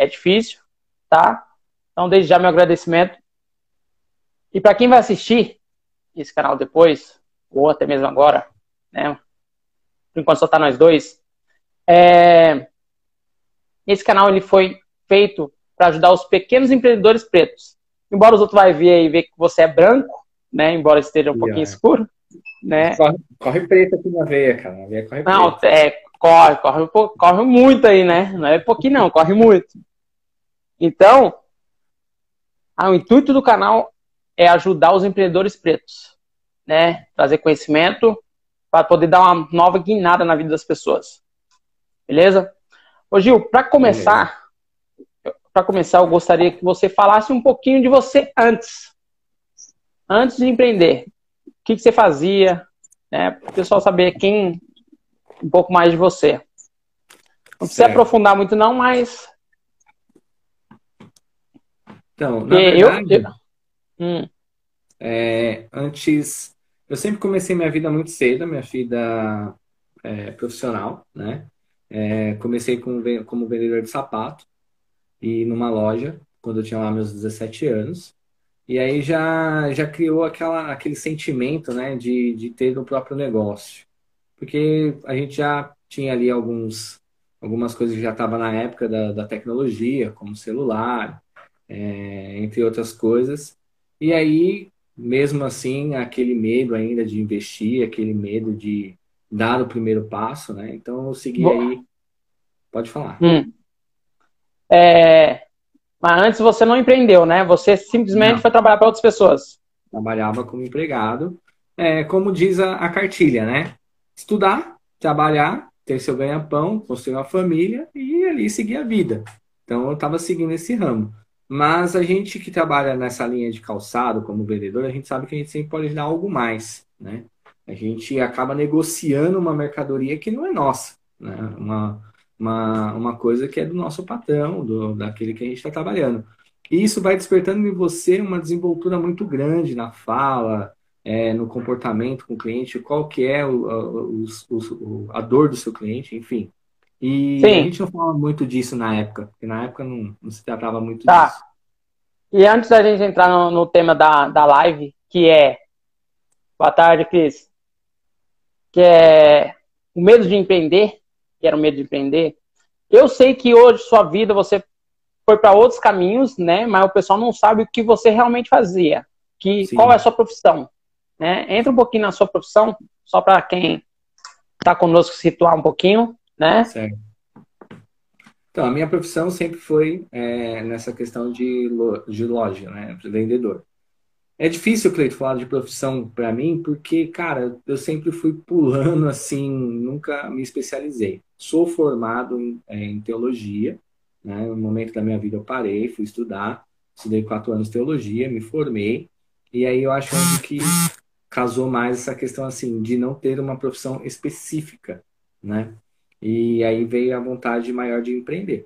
é difícil, tá? Então, desde já, meu agradecimento. E para quem vai assistir esse canal depois, ou até mesmo agora, né? Por enquanto só tá nós dois. Esse canal ele foi feito para ajudar os pequenos empreendedores pretos. Embora os outros vai ver e ver que você é branco, né? Embora esteja um pouquinho escuro, né? Corre preto aqui na veia, cara. Na veia corre Não, preto. corre muito aí, né? Não é pouquinho não, corre muito. Então, o intuito do canal é ajudar os empreendedores pretos, né? Trazer conhecimento para poder dar uma nova guinada na vida das pessoas. Beleza? Ô Gil, para Beleza. começar, eu gostaria que você falasse um pouquinho de você antes de empreender. O que você fazia, né? Para o pessoal saber um pouco mais de você. Não precisa Certo. aprofundar muito não, mas Então, porque na verdade, antes, eu sempre comecei minha vida muito cedo, minha vida profissional, né? Comecei como vendedor de sapato e numa loja, quando eu tinha lá meus 17 anos. E aí já criou aquele sentimento, né, de ter o próprio negócio. Porque a gente já tinha ali algumas coisas que já estavam na época da tecnologia, como celular, entre outras coisas. E aí, mesmo assim, aquele medo ainda de investir, aquele medo de dar o primeiro passo, né? Então eu segui aí, pode falar. hum, mas antes você não empreendeu, né? Você simplesmente Não, foi trabalhar para outras pessoas. trabalhava como empregado, como diz a cartilha, né? Estudar, trabalhar, ter seu ganha-pão, construir uma família e ali seguir a vida. Então eu estava seguindo esse ramo. Mas a gente que trabalha nessa linha de calçado como vendedor, a gente sabe que a gente sempre pode dar algo mais, né? A gente acaba negociando uma mercadoria que não é nossa, né? Uma coisa que é do nosso patrão, daquele que a gente está trabalhando. E isso vai despertando em você uma desenvoltura muito grande na fala, no comportamento com o cliente, qual que é a dor do seu cliente, enfim. E a Sim, gente não falava muito disso na época, porque na época não se tratava muito tá. disso. E antes da gente entrar no tema da live, que é, boa tarde, Cris, que é o medo de empreender, que era o medo de empreender, eu sei que hoje, sua vida, você foi para outros caminhos, né? Mas o pessoal não sabe o que você realmente fazia, qual é a Sim, sua profissão, né? Entra um pouquinho na sua profissão, só para quem está conosco situar um pouquinho, né? certo. Então, a minha profissão sempre foi nessa questão de loja, né? De vendedor. É difícil, Cleito, falar de profissão para mim, porque, cara, eu sempre fui pulando assim, nunca me especializei. Sou formado em teologia, né? No momento da minha vida eu parei, fui estudar, estudei 4 anos de teologia, me formei, e aí eu acho que casou mais essa questão assim, de não ter uma profissão específica, né? E aí veio a vontade maior de empreender.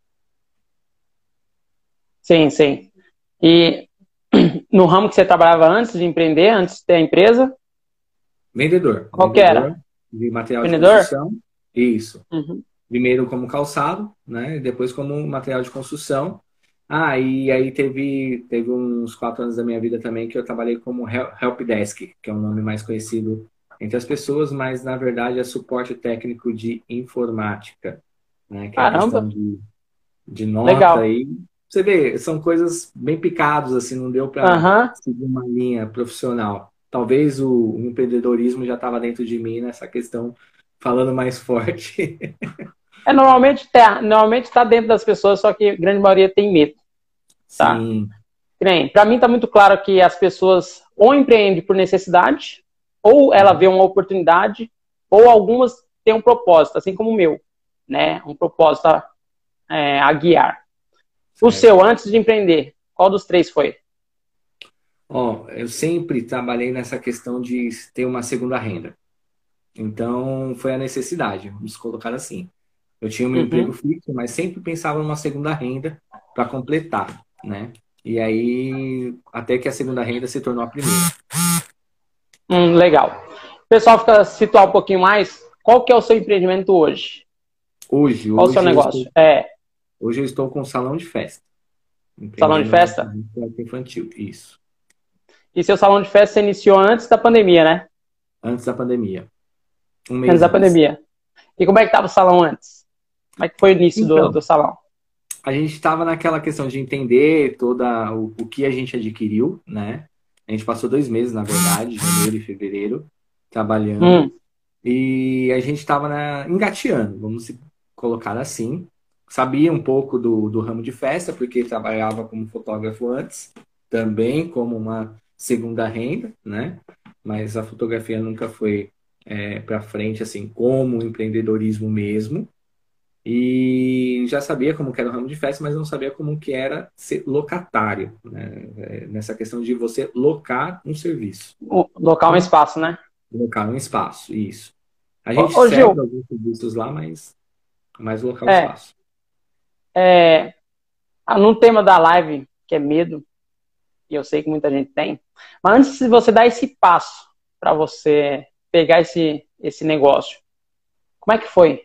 Sim, sim. E no ramo que você trabalhava antes de empreender, antes de ter a empresa, Vendedor, qual que vendedor era? de material de Vendedor? construção, isso. Uhum. Primeiro como calçado, né? E depois como material de construção. Ah, e aí teve uns 4 anos da minha vida também que eu trabalhei como help desk, que é um nome mais conhecido entre as pessoas, mas na verdade é suporte técnico de informática, né? Que é a Caramba, questão de nota legal. aí. Você vê, são coisas bem picados, assim, não deu para Aham. seguir uma linha profissional. Talvez o empreendedorismo já estava dentro de mim nessa questão, falando mais forte. Normalmente tá dentro das pessoas, só que a grande maioria tem medo, tá? Sim, Para mim tá muito claro que as pessoas ou empreendem por necessidade, ou ela vê uhum, uma oportunidade, ou algumas têm um propósito, assim como o meu, né? Um propósito a guiar. O certo. seu, antes de empreender, qual dos três foi? Ó, eu sempre trabalhei nessa questão de ter uma segunda renda. Então, foi a necessidade, vamos colocar assim. Eu tinha o meu emprego Uhum. fixo, mas sempre pensava numa segunda renda para completar, né? E aí, até que a segunda renda se tornou a primeira. Legal. O pessoal fica situar um pouquinho mais. Qual que é o seu empreendimento hoje? Hoje, Qual o seu hoje eu negócio? estou, Hoje eu estou com um salão de festa. Salão de Empreendendo no festa? salão de festa infantil. Isso. E seu salão de festa você iniciou antes da pandemia, né? Antes da pandemia. Um Antes mês da antes. pandemia. E como é que estava o salão antes? Como é que foi o início do Então, salão? a gente estava naquela questão de entender o que a gente adquiriu, né? A gente passou 2 meses, na verdade, janeiro e fevereiro, trabalhando. Hum, E a gente estava engateando, vamos se colocar assim. Sabia um pouco do ramo de festa, porque trabalhava como fotógrafo antes, também como uma segunda renda, né? Mas a fotografia nunca foi para frente, assim, como empreendedorismo mesmo. E já sabia como que era o ramo de festa, mas não sabia como que era ser locatário, né? Nessa questão de você locar um serviço. o local é um Então, espaço, né? locar um espaço, isso. A gente Ô, serve Gil, alguns serviços lá, mas mais local é, espaço. é, num tema da live, que é medo, e eu sei que muita gente tem, mas antes de você dar esse passo para você pegar esse negócio, como é que foi?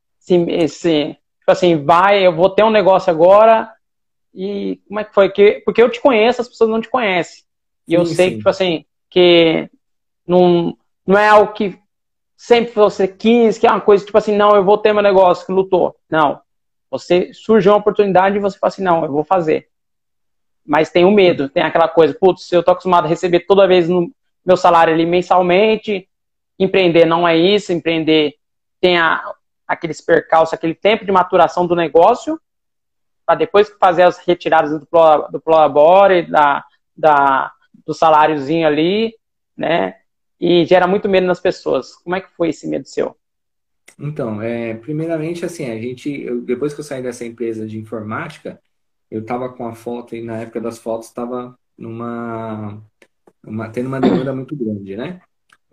Tipo assim, eu vou ter um negócio agora, e como é que foi? Porque eu te conheço, as pessoas não te conhecem. E eu Sim, sei que, tipo sim. assim, que não é algo que sempre você quis, que é uma coisa tipo assim, não, eu vou ter meu negócio, que lutou. Não. Você surgiu uma oportunidade e você fala assim, não, eu vou fazer. Mas tem o medo, tem aquela coisa, putz, eu tô acostumado a receber toda vez no meu salário ali mensalmente, empreender não é isso, empreender tem aqueles percalços, aquele tempo de maturação do negócio, para depois fazer as retiradas do Prolabore, do saláriozinho ali, né? E gera muito medo nas pessoas. Como é que foi esse medo seu? Então, primeiramente, assim, depois que eu saí dessa empresa de informática, eu estava com a foto, e na época das fotos estava tendo uma demanda muito grande, né?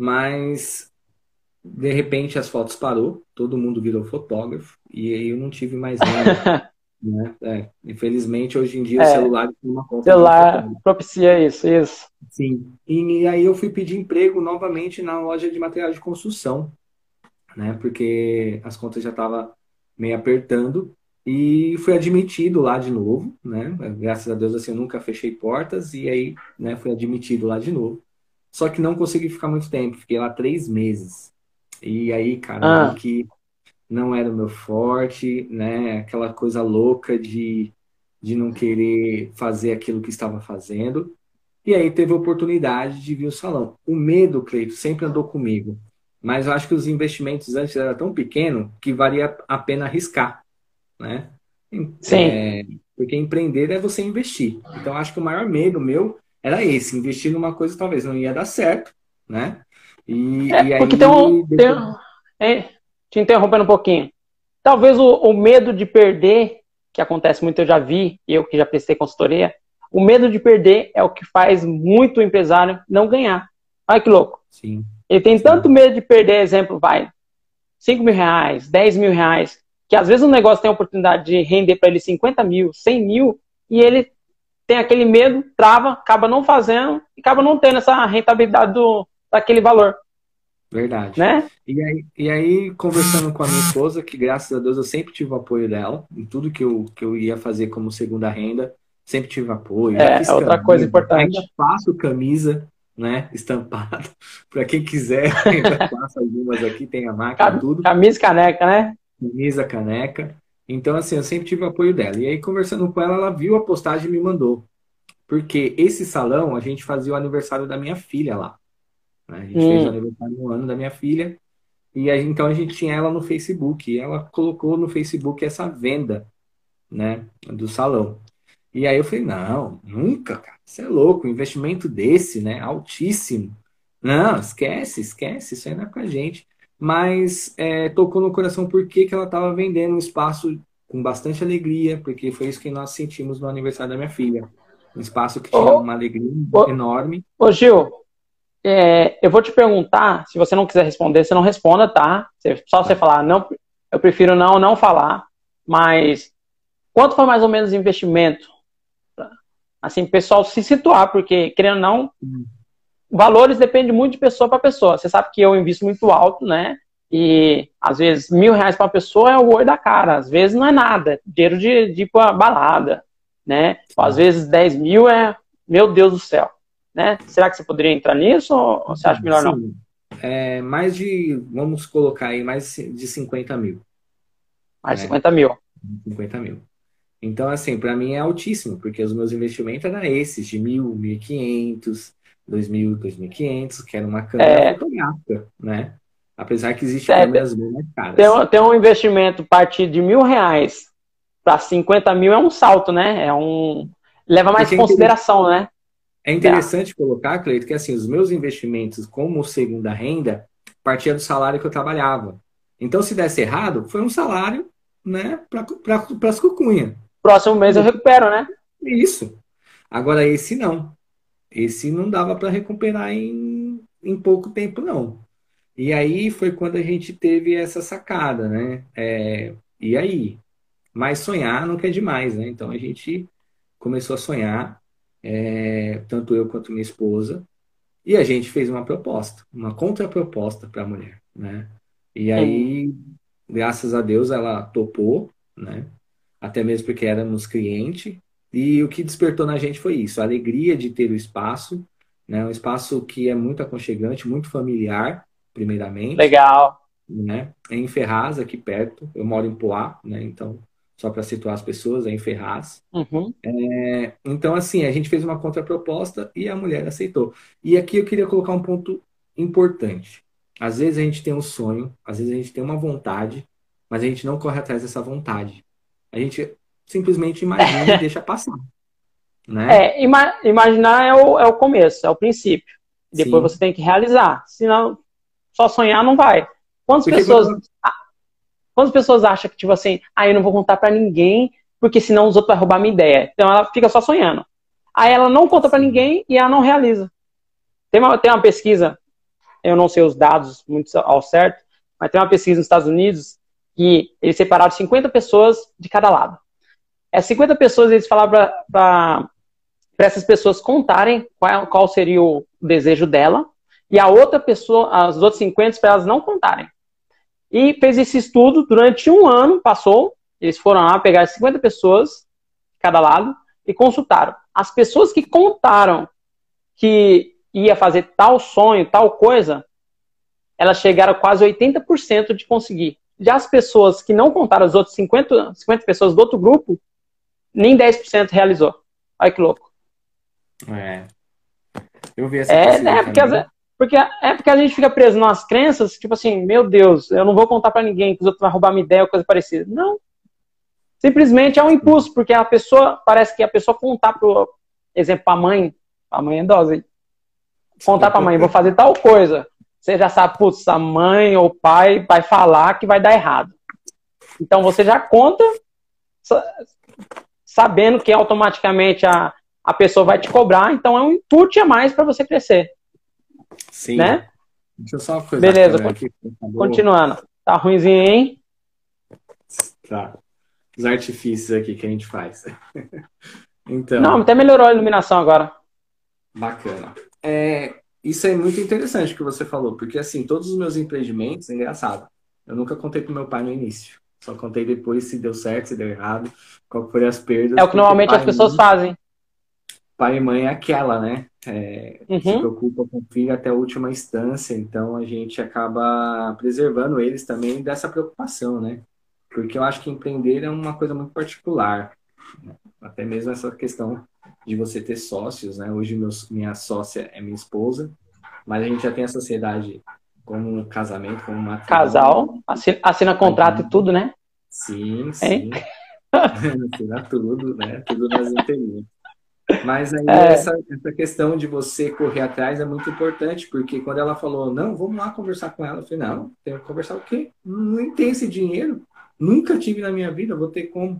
Mas, de repente, as fotos parou, todo mundo virou fotógrafo, e aí eu não tive mais renda, né? Infelizmente, hoje em dia, o É, celular tem uma conta de um celular fotógrafo. propicia isso, isso. Sim. E aí eu fui pedir emprego novamente na loja de material de construção, né? Porque as contas já estavam meio apertando e fui admitido lá de novo, né? Graças a Deus assim, eu nunca fechei portas e aí, né, fui admitido lá de novo. Só que não consegui ficar muito tempo, fiquei lá 3 meses. E aí, cara, vi Ah, que não era o meu forte, né? Aquela coisa louca de não querer fazer aquilo que estava fazendo. E aí teve a oportunidade de vir o salão. O medo, Cleito, sempre andou comigo. Mas eu acho que os investimentos antes eram tão pequenos que valia a pena arriscar, né? sim. Porque empreender é você investir. Então eu acho que o maior medo meu era esse, investir numa coisa que talvez não ia dar certo, né? E Porque aí depois... te interrompendo um pouquinho. Talvez o medo de perder, que acontece muito, eu já vi, eu que já prestei consultoria, o medo de perder é o que faz muito o empresário não ganhar. Olha que louco. Sim, Ele tem tanto sim, medo de perder, exemplo, vai, 5 mil reais, 10 mil reais, que às vezes um negócio tem a oportunidade de render para ele 50 mil, 100 mil, e ele tem aquele medo, trava, acaba não fazendo, e acaba não tendo essa rentabilidade daquele valor, verdade. né? E aí, conversando com a minha esposa, que graças a Deus eu sempre tive o apoio dela, em tudo que eu ia fazer como segunda renda, sempre tive apoio. Já fiz É outra coisa camisa, ainda importante. faço camisa, né, estampado. Para quem quiser, ainda faço algumas aqui, tem a máquina, tudo. Camisa e caneca, né? Camisa, caneca. Então, assim, eu sempre tive o apoio dela. E aí, conversando com ela, ela viu a postagem e me mandou. Porque esse salão, a gente fazia o aniversário da minha filha lá, né? A gente fez o Hum. aniversário no ano da minha filha. E aí, então a gente tinha ela no Facebook. E ela colocou no Facebook essa venda, né, do salão. E aí eu falei, não, nunca, cara. Você é louco, um investimento desse, né? Altíssimo. Não, esquece, esquece, isso aí não é com a gente. Mas tocou no coração porque que ela estava vendendo um espaço com bastante alegria, porque foi isso que nós sentimos no aniversário da minha filha. Um espaço que tinha Ô, uma alegria ô, enorme. Gil, eu vou te perguntar, se você não quiser responder, você não responda, tá? Só você Tá. falar, não, eu prefiro não falar, mas quanto foi mais ou menos o investimento? Assim, o pessoal se situar, porque, querendo ou não, valores dependem muito de pessoa para pessoa. Você sabe que eu invisto muito alto, né? E às vezes R$ 1.000 para uma pessoa é o olho da cara, às vezes não é nada, dinheiro de ir pra balada, né? Às vezes 10 mil é, meu Deus do céu, né? Será que você poderia entrar nisso ou você acha melhor não? Sim, mais de, vamos colocar aí, mais de 50 mil, Mais né? 50 mil. 50 mil. Então, assim, para mim é altíssimo, porque os meus investimentos eram esses, de 1.000, 1.500, 2.000, 2.500, que era uma câmera É, fotográfica, né? Apesar que existem é, câmeras bem mais tem, caras. tem um investimento a partir de R$ 1.000 para 50 mil é um salto, né? Leva mais Porque em consideração, né? é interessante colocar, Cleito, que assim, os meus investimentos como segunda renda partia do salário que eu trabalhava. Então, se desse errado, foi um salário, né, para as cucunhas. Próximo mês eu recupero, né? Isso. Agora, esse não. Esse não dava para recuperar em pouco tempo, não. E aí foi quando a gente teve essa sacada, né? E aí? Mas sonhar não quer demais, né? Então a gente começou a sonhar, tanto eu quanto minha esposa, e a gente fez uma proposta, uma contraproposta para a mulher, né? E Sim. aí, graças a Deus, ela topou, né? Até mesmo porque éramos cliente. E o que despertou na gente foi isso, a alegria de ter o espaço, né? Um espaço que é muito aconchegante, muito familiar, primeiramente, Legal. né? É em Ferraz, aqui perto. Eu moro em Poá, né? Então, só para situar as pessoas, é em Ferraz. Uhum. Então, assim, a gente fez uma contraproposta e a mulher aceitou. E aqui eu queria colocar um ponto importante. Às vezes a gente tem um sonho, às vezes a gente tem uma vontade, mas a gente não corre atrás dessa vontade. A gente simplesmente imagina e deixa passar, né? Imaginar é o começo, é o princípio. Depois você Sim. tem que realizar. Senão, só sonhar não vai. Quantas Porque pessoas, quantas pessoas acham que, tipo assim, eu não vou contar pra ninguém, porque senão os outros vão roubar minha ideia. Então ela fica só sonhando. Aí ela não conta pra Sim. ninguém e ela não realiza. Tem uma pesquisa, eu não sei os dados muito ao certo, mas tem uma pesquisa nos Estados Unidos que eles separaram 50 pessoas de cada lado. Essas 50 pessoas, eles falaram para essas pessoas contarem qual seria o desejo dela, e a outra pessoa, as outras 50, para elas não contarem. E fez esse estudo durante um ano, passou, eles foram lá pegar 50 pessoas de cada lado e consultaram. As pessoas que contaram que ia fazer tal sonho, tal coisa, elas chegaram a quase 80% de conseguir. Já as pessoas que não contaram, as outras 50 pessoas do outro grupo, nem 10% realizou. Olha que louco. É, eu vi essa pesquisa também. Porque a gente fica preso nas crenças, tipo assim, meu Deus, eu não vou contar pra ninguém que os outros vão roubar minha ideia ou coisa parecida. Não. Simplesmente é um impulso, porque a pessoa, parece que a pessoa contar pro, exemplo, pra mãe é dose, contar pra mãe, vou fazer tal coisa. Você já sabe, putz, a mãe ou o pai vai falar que vai dar errado. Então você já conta sabendo que automaticamente a pessoa vai te cobrar, então é um input a mais para você crescer, Sim. né? Deixa eu só coisar a Beleza, câmera aqui, por favor. continuando. Tá ruimzinho, hein? Tá. Os artifícios aqui que a gente faz. Não, Então, até melhorou a iluminação agora. bacana. Isso é muito interessante o que você falou, porque assim, todos os meus empreendimentos, é engraçado. Eu nunca contei pro meu pai no início. Só contei depois se deu certo, se deu errado, qual foram as É perdas, o que porque normalmente as pessoas fazem. pai e mãe é aquela, né? Se Uhum. preocupa com o filho até a última instância, então a gente acaba preservando eles também dessa preocupação, né? Porque eu acho que empreender é uma coisa muito particular, né? Até mesmo essa questão de você ter sócios, né? Hoje minha sócia é minha esposa, mas a gente já tem a sociedade como um casamento, como um matrimônio. Casal, assina contrato e tudo, né? Sim, Hein? sim, assina tudo, né? Tudo nas entrelinhas. Mas aí É, essa questão de você correr atrás é muito importante, porque quando ela falou, não, vamos lá conversar com ela, eu falei, não, tenho que conversar o quê? Nem tem esse dinheiro, nunca tive na minha vida, vou ter como.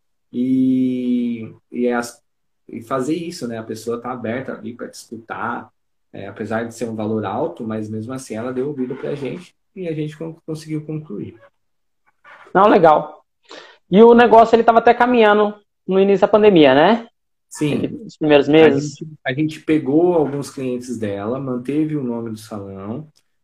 E fazer isso, né? A pessoa tá aberta ali para te escutar, apesar de ser um valor alto, mas mesmo assim ela deu ouvido pra gente e a gente conseguiu concluir. não, legal. E o negócio, ele estava até caminhando no início da pandemia, né? Sim, Os primeiros a meses. gente, a gente pegou alguns clientes dela, manteve o nome do salão,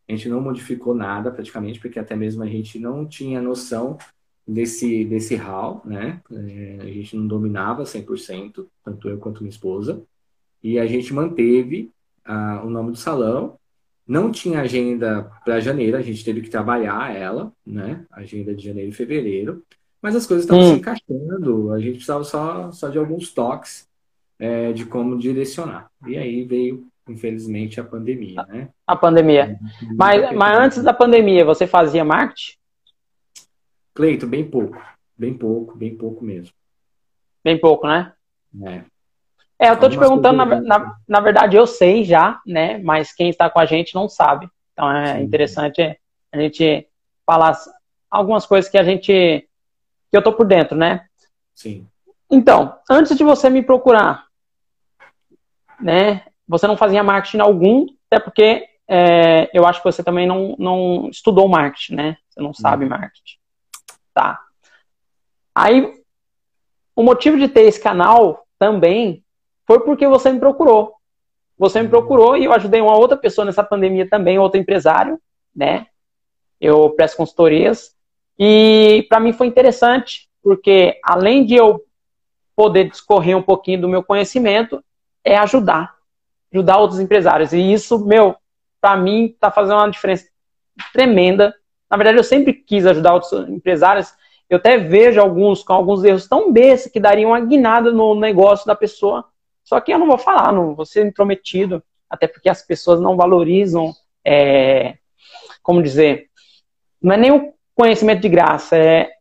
A gente não modificou nada praticamente, porque até mesmo a gente não tinha noção desse hall, né? A gente não dominava 100%, tanto eu quanto minha esposa. E a gente manteve o nome do salão. Não tinha agenda para janeiro, a gente teve que trabalhar ela, né? Agenda de janeiro e fevereiro. Mas as coisas estavam se Hum, encaixando, a gente precisava só de alguns toques de como direcionar. E aí veio, infelizmente, a pandemia, né? a pandemia. Muito Mas afetado. antes da pandemia, você fazia marketing? Cleito, bem pouco. Bem pouco mesmo. Bem pouco, né? Né? Eu tô te Algumas coisas perguntando, eu vi. na verdade eu sei já, né? Mas quem está com a gente não sabe. Então é Sim, interessante a gente falar algumas coisas que eu tô por dentro, né? sim. Então, antes de você me procurar, né? Você não fazia marketing algum, até porque eu acho que você também não estudou marketing, né? Você não sabe Uhum. marketing. Tá. Aí, o motivo de ter esse canal também foi porque você me procurou. Você me Uhum. procurou e eu ajudei uma outra pessoa nessa pandemia também, outro empresário, né? Eu presto consultorias. E para mim foi interessante, porque além de eu poder discorrer um pouquinho do meu conhecimento, é ajudar outros empresários. E isso, meu, para mim está fazendo uma diferença tremenda. Na verdade, eu sempre quis ajudar outros empresários. Eu até vejo alguns com alguns erros tão bestas que dariam uma guinada no negócio da pessoa. Só que eu não vou falar, não vou ser intrometido, até porque as pessoas não valorizam, como dizer, não é nem o conhecimento de graça,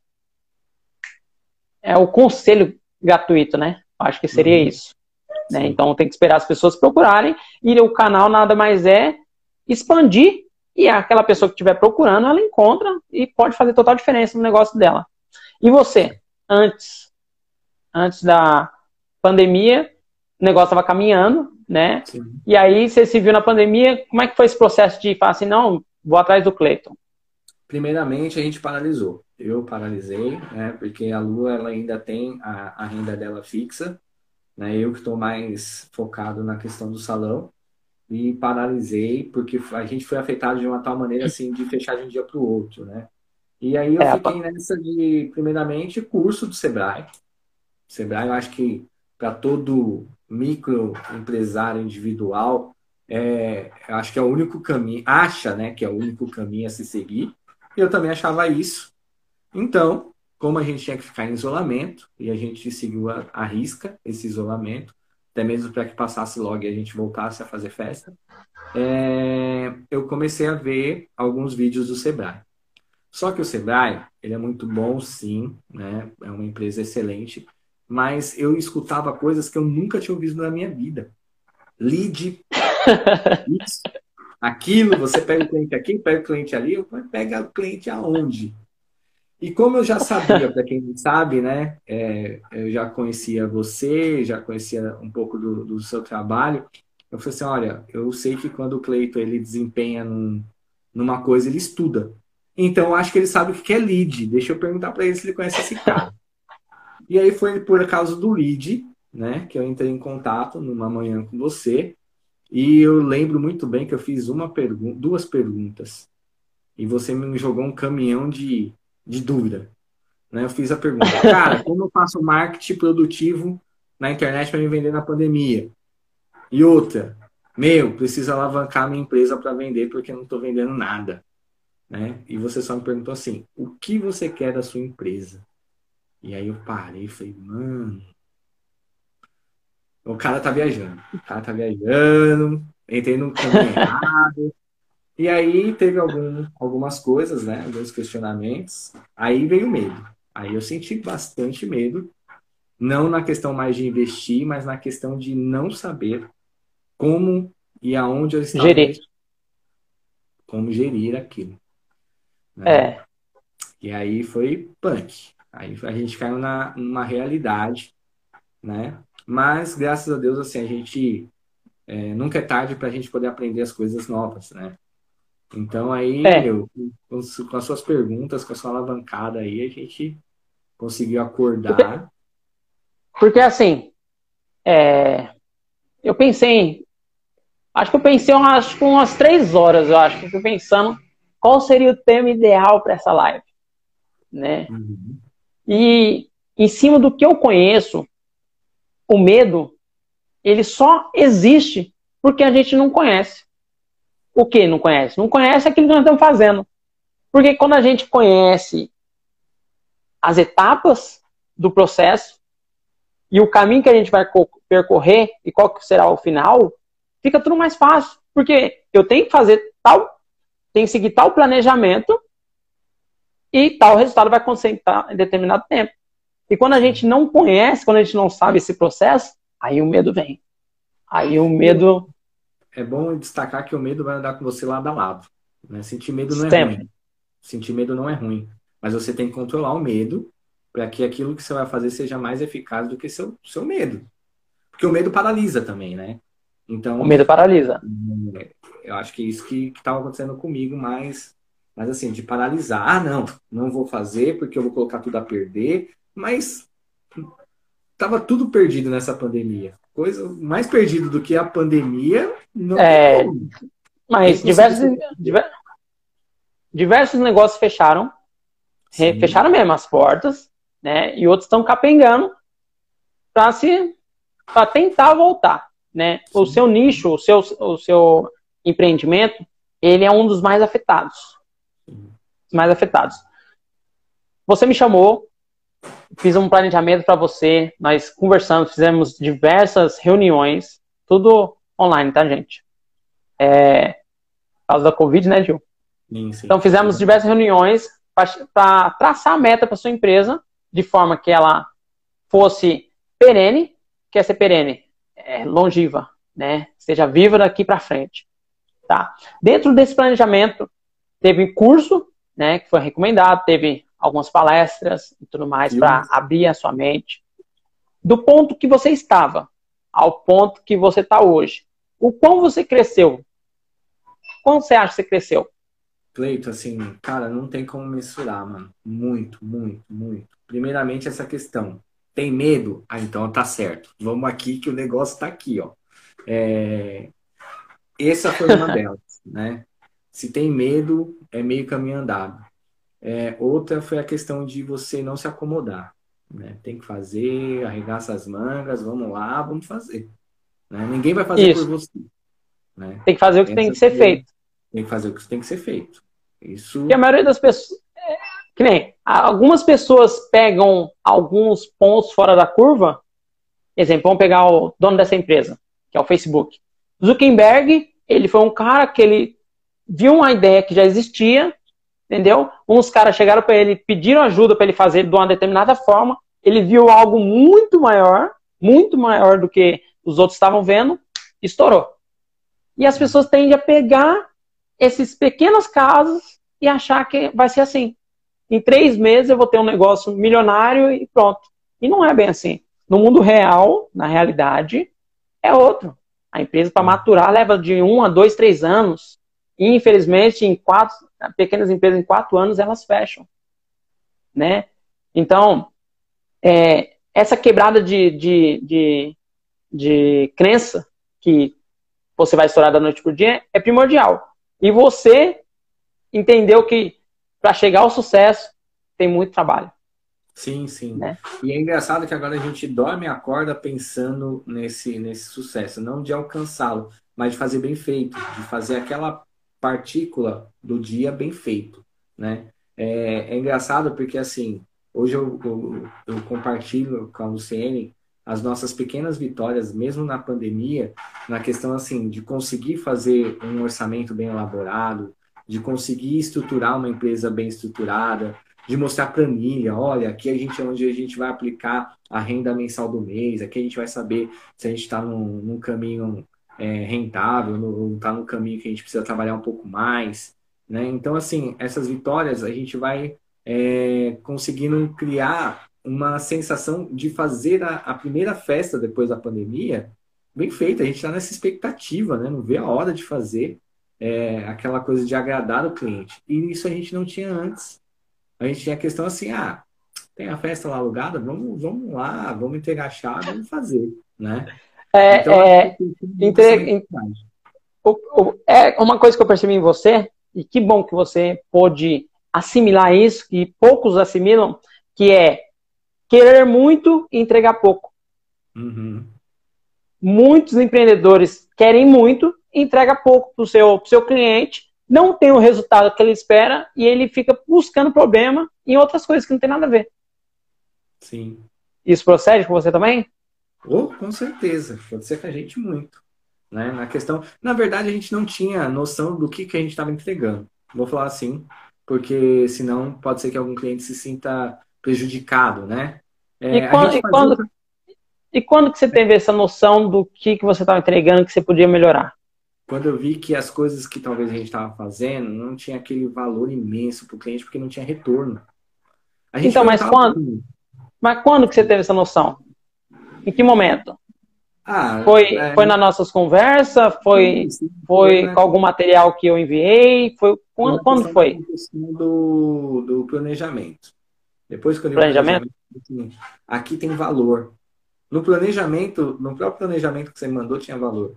é o conselho gratuito, né? Acho que seria Uhum. isso. Né? Sim. Então tem que esperar as pessoas procurarem e o canal nada mais é expandir e aquela pessoa que estiver procurando, ela encontra e pode fazer total diferença no negócio dela. E você, antes da pandemia, o negócio estava caminhando, né? Sim. E aí você se viu na pandemia, como é que foi esse processo de falar assim, não, vou atrás do Cleiton? Primeiramente, a gente paralisou. Eu paralisei, né? Porque a Lu, ela ainda tem a renda dela fixa, né? Eu que estou mais focado na questão do salão e paralisei porque a gente foi afetado de uma tal maneira assim de fechar de um dia para o outro, né? E aí eu É, fiquei nessa de, primeiramente, curso do Sebrae. Sebrae, eu acho que para todo microempresário individual, eu acho que é o único caminho, acha, né, que é o único caminho a se seguir. Eu também achava isso. Então, como a gente tinha que ficar em isolamento, e a gente seguiu a risca esse isolamento, até mesmo para que passasse logo e a gente voltasse a fazer festa, eu comecei a ver alguns vídeos do Sebrae. Só que o Sebrae, ele é muito bom, sim, né? É uma empresa excelente, mas eu escutava coisas que eu nunca tinha ouvido na minha vida. Lead, isso, aquilo, você pega o cliente aqui, pega o cliente ali, eu pega o cliente aonde? E como eu já sabia, para quem não sabe, né? Eu já conhecia você, já conhecia um pouco do seu trabalho. Eu falei assim, olha, eu sei que quando o Cleiton ele desempenha numa coisa, ele estuda. Então, eu acho que ele sabe o que é lead. Deixa eu perguntar para ele se ele conhece esse cara. E aí foi por causa do lead, né, que eu entrei em contato numa manhã com você. E eu lembro muito bem que eu fiz duas perguntas. E você me jogou um caminhão de dúvida, né? Eu fiz a pergunta, cara, como eu faço marketing produtivo na internet para me vender na pandemia? E outra, preciso alavancar minha empresa para vender porque eu não estou vendendo nada, né? E você só me perguntou assim, o que você quer da sua empresa? E aí eu parei e falei, mano, o cara tá viajando. O cara tá viajando, entrei no caminho errado. E aí teve algumas coisas, né? Alguns questionamentos. Aí veio o medo. Aí eu senti bastante medo. Não na questão mais de investir, mas na questão de não saber como e aonde eu estava Gerir. investindo, como gerir aquilo, né? É. E aí foi punk. Aí a gente caiu numa realidade, né? Mas, graças a Deus, assim, a gente nunca é tarde para a gente poder aprender as coisas novas, né? Então aí, É. com as suas perguntas, com a sua alavancada aí, a gente conseguiu Porque, acordar. porque assim, eu pensei Acho que eu pensei umas 3 horas, eu acho que eu fui pensando qual seria o tema ideal para essa live, né? Uhum. E em cima do que eu conheço, o medo, ele só existe porque a gente não conhece. O que não conhece? Não conhece aquilo que nós estamos fazendo. Porque quando a gente conhece as etapas do processo e o caminho que a gente vai percorrer e qual que será o final, fica tudo mais fácil. Porque eu tenho que fazer tal, tenho que seguir tal planejamento e tal resultado vai acontecer em determinado tempo. E quando a gente não conhece, quando a gente não sabe esse processo, aí o medo vem. Aí o medo É bom destacar que o medo vai andar com você lado a lado, né? Sentir medo não é sempre. ruim. Sentir medo não é ruim. Mas você tem que controlar o medo para que aquilo que você vai fazer seja mais eficaz do que seu medo. Porque o medo paralisa também, né? O Então, medo paralisa. eu acho que é isso que estava acontecendo comigo, mas assim, de paralisar. Ah, não, não vou fazer porque eu vou colocar tudo a perder. Mas estava tudo perdido nessa pandemia. Coisa mais perdido do que a pandemia, não tem É, como. Quem mas conseguiu ser... diversos negócios fecharam, Sim, fecharam mesmo as portas, né? E outros estão capengando para tentar voltar, né? O sim. seu nicho, o seu empreendimento, ele é um dos mais afetados, mais afetados. Você me chamou, fiz um planejamento para você, nós conversamos, fizemos diversas reuniões, tudo online, tá, gente? Por causa da Covid, né, Gil? Sim, Então, sim. fizemos diversas reuniões para traçar a meta para sua empresa, de forma que ela fosse perene, quer ser perene, longeva, né? Seja viva daqui para frente. Tá? Dentro desse planejamento, teve curso, né, que foi recomendado, teve algumas palestras e tudo mais para Filmes. abrir a sua mente. Do ponto que você estava ao ponto que você está hoje. O quão você cresceu? Quanto você acha que você cresceu? Cleito, assim, cara, não tem como mensurar, mano. Muito, muito, muito. Primeiramente, essa questão. Tem medo? Ah, então tá certo. Vamos aqui que o negócio tá aqui, ó. É, essa foi uma delas, né? Se tem medo, é meio caminho andado. Outra foi a questão de você não se acomodar, né? Tem que fazer, arregaça as mangas, vamos lá, vamos fazer, né? Ninguém vai fazer por Isso. você, né? Tem que fazer o que tem Essa que ser foi, feito. tem que fazer o que tem que ser feito. Porque a Isso, maioria das pessoas. Que nem. Algumas pessoas pegam alguns pontos fora da curva. Exemplo, vamos pegar o dono dessa empresa, que é o Facebook. Zuckerberg, ele foi um cara que ele viu uma ideia que já existia, entendeu? Uns caras chegaram para ele, pediram ajuda para ele fazer de uma determinada forma. Ele viu algo muito maior do que os outros estavam vendo, estourou. E as pessoas tendem a pegar esses pequenos casos e achar que vai ser assim. Em 3 meses eu vou ter um negócio milionário e pronto. E não é bem assim. No mundo real, na realidade, é outro. A empresa, para maturar, leva de 1 a 2, 3 anos. E, infelizmente, pequenas empresas, em 4 anos, elas fecham. Né? Então, essa quebrada de crença que você vai estourar da noite para o dia é primordial. E você entendeu que para chegar ao sucesso tem muito trabalho. sim, sim. Né? E é engraçado que agora a gente dorme e acorda pensando nesse sucesso, não de alcançá-lo, mas de fazer bem feito, de fazer aquela partícula do dia bem feito, né? É engraçado porque, assim, hoje eu compartilho com a Luciene as nossas pequenas vitórias, mesmo na pandemia, na questão, assim, de conseguir fazer um orçamento bem elaborado, de conseguir estruturar uma empresa bem estruturada, de mostrar planilha, olha, aqui a gente é onde a gente vai aplicar a renda mensal do mês, aqui a gente vai saber se a gente está num caminho rentável, ou está num caminho que a gente precisa trabalhar um pouco mais, né? Então, assim, essas vitórias a gente vai conseguindo criar uma sensação de fazer a primeira festa depois da pandemia bem feita. A gente está nessa expectativa, né? Não vê a hora de fazer aquela coisa de agradar o cliente. E isso a gente não tinha antes. A gente tinha a questão assim, tem a festa lá alugada, vamos lá, vamos entregar a chave, vamos fazer, né? Então, acho É, que é, tem muito essa entre, mentalidade. É uma coisa que eu percebi em você, e que bom que você pôde assimilar isso, que poucos assimilam, que é querer muito e entregar pouco. Uhum. Muitos empreendedores querem muito e entrega pouco para o seu cliente, não tem o resultado que ele espera e ele fica buscando problema em outras coisas que não tem nada a ver. Sim. Isso procede com você também? Ou, com certeza, pode ser com a gente muito. Né? Na questão, na verdade, a gente não tinha noção do que a gente estava entregando. Vou falar assim, porque senão pode ser que algum cliente se sinta prejudicado, né? E A quando, gente e fazia. quando, e quando que você teve essa noção do que você estava entregando que você podia melhorar? Quando eu vi que as coisas que talvez a gente estava fazendo não tinha aquele valor imenso para o cliente, porque não tinha retorno. A gente Então, mas perguntava para o quando, cliente. mas quando que você teve essa noção? Em que momento? Ah, Foi nas nossas conversas? foi Foi na, com algum material que eu enviei? foi na Quando questão da foi? questão do planejamento. Depois que eu li o Planejamento? planejamento, assim, aqui tem valor. No planejamento, no próprio planejamento que você me mandou, tinha valor.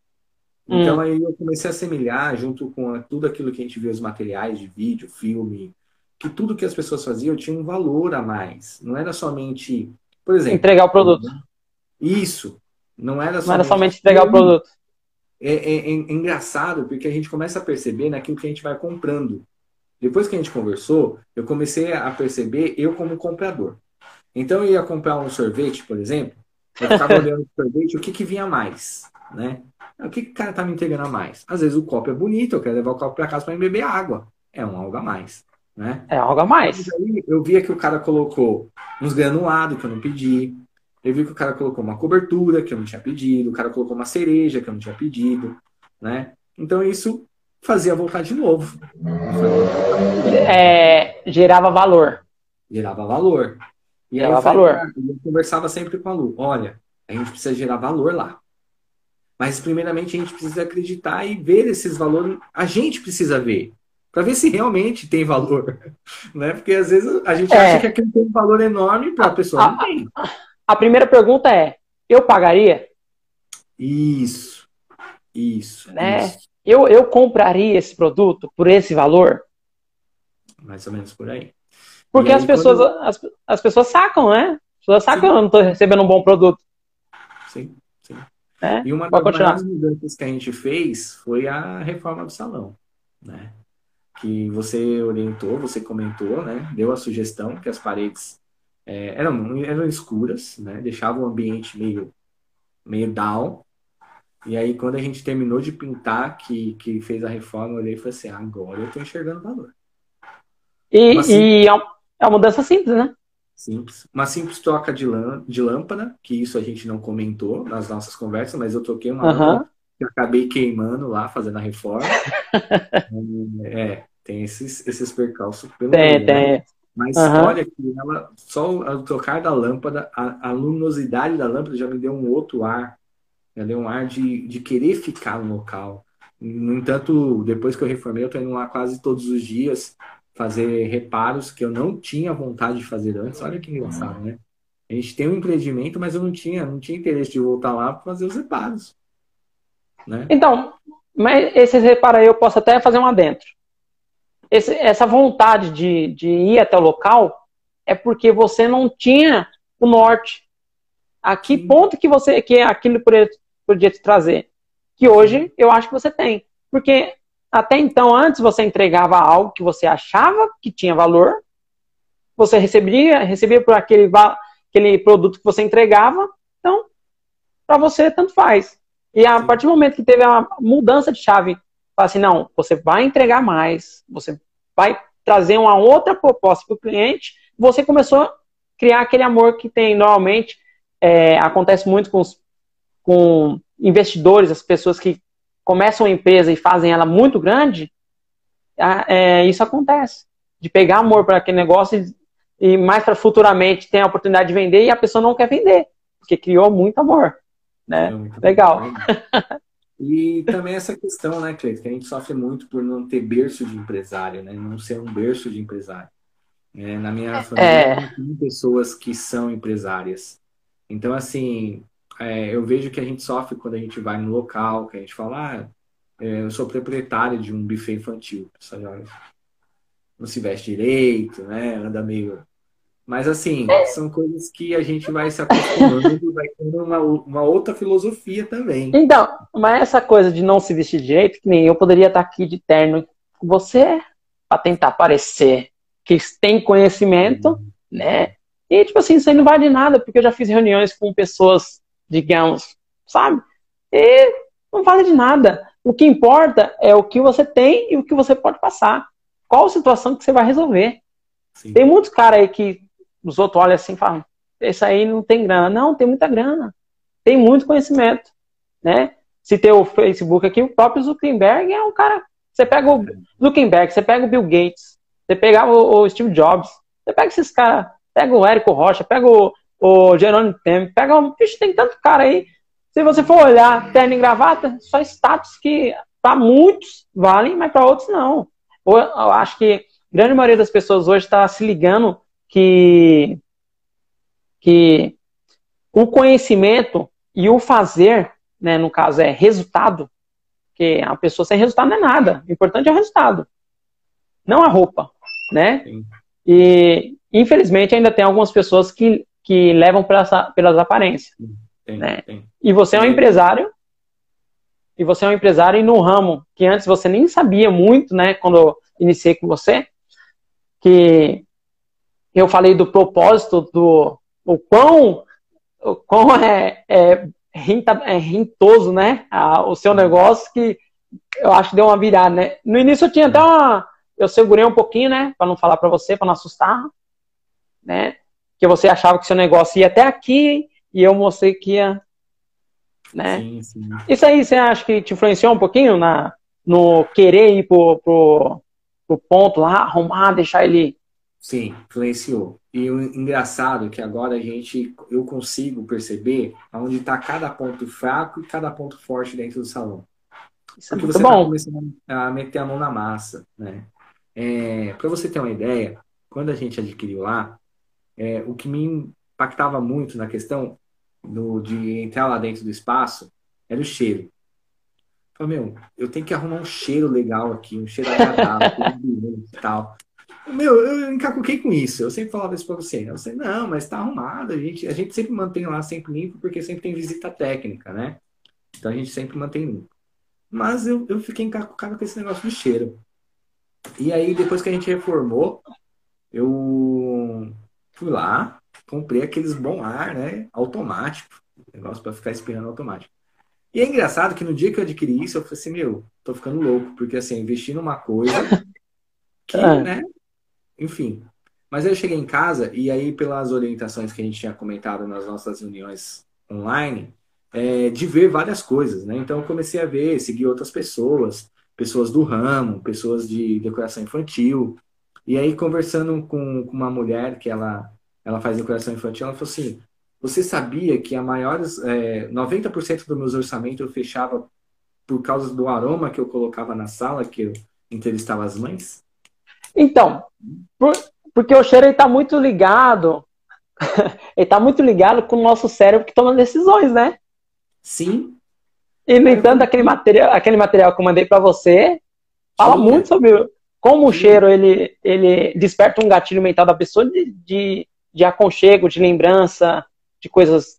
Então Hum, aí eu comecei a semelhar junto com tudo aquilo que a gente vê, os materiais de vídeo, filme, que tudo que as pessoas faziam tinha um valor a mais. Não era somente, por exemplo, entregar o produto. isso. Não era Não era somente. somente entregar o produto. É engraçado porque a gente começa a perceber naquilo que a gente vai comprando. Depois que a gente conversou, eu comecei a perceber eu como comprador. Então eu ia comprar um sorvete, por exemplo, eu ficava olhando o sorvete, o que vinha mais, né? O que o cara tá me entregando a mais? Às vezes o copo é bonito, eu quero levar o copo para casa para beber água. É um algo a mais, né? É algo a Mas mais. aí eu via que o cara colocou uns granulados que eu não pedi. Eu vi que o cara colocou uma cobertura que eu não tinha pedido. O cara colocou uma cereja que eu não tinha pedido, né? Então isso fazia voltar de novo. Me fazia voltar de novo. Gerava valor. Gerava valor. E aí eu Gerava falei valor. eu conversava sempre com a Lu, olha, a gente precisa gerar valor lá. Mas primeiramente a gente precisa acreditar e ver esses valores. A gente precisa ver para ver se realmente tem valor, né? Porque às vezes a gente acha que É, aquilo tem um valor enorme para a a, pessoa não a, tem. a primeira pergunta é: eu pagaria? Isso, isso, Né? isso. Eu compraria esse produto por esse valor? Mais ou menos por aí. E Porque aí quando. as pessoas sacam, né? As pessoas sacam que eu Sim, não estou recebendo um bom produto. sim, sim. Né? E uma Pode das maiores continuar. mudanças que a gente fez foi a reforma do salão, né? Que você orientou, você comentou, né? Deu a sugestão que as paredes eram escuras, né? Deixava o ambiente meio down. E aí, quando a gente terminou de pintar, que fez a reforma, eu olhei e falei assim, agora eu estou enxergando valor. Uma E é uma mudança simples, né? uma simples troca de lâmpada, que isso a gente não comentou nas nossas conversas, mas eu troquei uma lâmpada Uhum. que eu acabei queimando lá, fazendo a reforma. Tem esses percalços pelo Tem, meio, né? tem. Mas Uhum. olha que ela, só ao tocar da lâmpada, a luminosidade da lâmpada já me deu um outro ar. Já deu um ar de querer ficar no local. No entanto, depois que eu reformei, eu estou indo lá quase todos os dias fazer reparos que eu não tinha vontade de fazer antes. Olha que engraçado, né? A gente tem um empreendimento, mas eu não tinha interesse de voltar lá para fazer os reparos, né? Então, mas esse reparo aí eu posso até fazer um adentro. Essa vontade de ir até o local é porque você não tinha o norte. A que Sim, ponto que aquilo podia te trazer? Que sim, hoje eu acho que você tem. Porque até então, antes você entregava algo que você achava que tinha valor, você recebia por aquele produto que você entregava, então, para você, tanto faz. E a sim. partir do momento que teve a mudança de chave, fala assim, não, você vai entregar mais, você vai trazer uma outra proposta para o cliente, você começou a criar aquele amor que tem normalmente, acontece muito com investidores, as pessoas que começam a empresa e fazem ela muito grande, isso acontece. De pegar amor para aquele negócio e mais para futuramente ter a oportunidade de vender e a pessoa não quer vender, porque criou muito amor. Né? Criou muito amor, Legal. verdade. E também essa questão, né, Cleiton, que a gente sofre muito por não ter berço de empresário, né? Não ser um berço de empresário. Na minha família É, não tem pessoas que são empresárias. Então, assim, eu vejo que a gente sofre quando a gente vai no local, que a gente fala, eu sou proprietário de um buffet infantil. O pessoal já não se veste direito, né? Anda meio... Mas, assim, são coisas que a gente vai se acostumando, vai tendo uma outra filosofia também. Então, mas essa coisa de não se vestir direito, que nem eu poderia estar aqui de terno com você para tentar parecer que tem conhecimento, né? E, tipo assim, isso aí não vale de nada, porque eu já fiz reuniões com pessoas, digamos, sabe? E não vale de nada. O que importa é o que você tem e o que você pode passar. Qual situação que você vai resolver? Sim. Tem muitos caras aí que os outros olham assim e falam, esse aí não tem grana. Não, tem muita grana. Tem muito conhecimento, né? Se tem o Facebook aqui, o próprio Zuckerberg é um cara... Você pega o Zuckerberg, você pega o Bill Gates, você pega o Steve Jobs, você pega esses caras, pega o Érico Rocha, pega o Jerônimo Temer, pega... Vixe, tem tanto cara aí. Se você for olhar terno e gravata, só status que para muitos valem, mas para outros não. Eu acho que a grande maioria das pessoas hoje está se ligando que o conhecimento e o fazer, né, no caso é resultado, que a pessoa sem resultado não é nada. O importante é o resultado, não a roupa, né? Sim. E infelizmente ainda tem algumas pessoas que levam pelas aparências. Né? E você é um empresário, e no ramo que antes você nem sabia muito, né? Quando eu iniciei com você, que eu falei do propósito, do o quão é rentoso, né? O seu negócio, que eu acho que deu uma virada, né? No início eu tinha até eu segurei um pouquinho, né? Para não falar para você, para não assustar, né? Que você achava que seu negócio ia até aqui e eu mostrei que ia, né? Sim, sim. Isso aí você acha que te influenciou um pouquinho no querer ir pro ponto lá, arrumar, deixar ele... Sim, influenciou. E o engraçado é que agora eu consigo perceber onde está cada ponto fraco e cada ponto forte dentro do salão. Isso é Porque muito você está bom. começando a meter a mão na massa, né? Para você ter uma ideia, quando a gente adquiriu lá, o que me impactava muito na questão de entrar lá dentro do espaço era o cheiro. Eu falei, eu tenho que arrumar um cheiro legal aqui, um cheiro agradável, um ambiente e tal. Eu encacuquei com isso. Eu sempre falava isso pra você. Eu falei, não, mas tá arrumado. A gente sempre mantém lá sempre limpo, porque sempre tem visita técnica, né? Então a gente sempre mantém limpo. Mas eu fiquei encacucado com esse negócio de cheiro. E aí, depois que a gente reformou, eu fui lá, comprei aqueles bom ar, né? Automático. Negócio pra ficar espirrando automático. E é engraçado que no dia que eu adquiri isso, eu falei assim, tô ficando louco. Porque assim, investi numa coisa que, né? Enfim. Mas aí eu cheguei em casa e aí, pelas orientações que a gente tinha comentado nas nossas reuniões online, de ver várias coisas, né? Então eu comecei a ver, seguir outras pessoas do ramo, pessoas de decoração infantil. E aí, conversando com uma mulher que ela faz decoração infantil, ela falou assim, você sabia que 90% dos meus orçamentos eu fechava por causa do aroma que eu colocava na sala, que eu entrevistava as mães? Então, porque o cheiro está muito ligado, ele está muito ligado com o nosso cérebro que toma decisões, né? Sim. E, no entanto, aquele material que eu mandei para você fala muito sobre como o cheiro ele desperta um gatilho mental da pessoa de aconchego, de lembrança, de coisas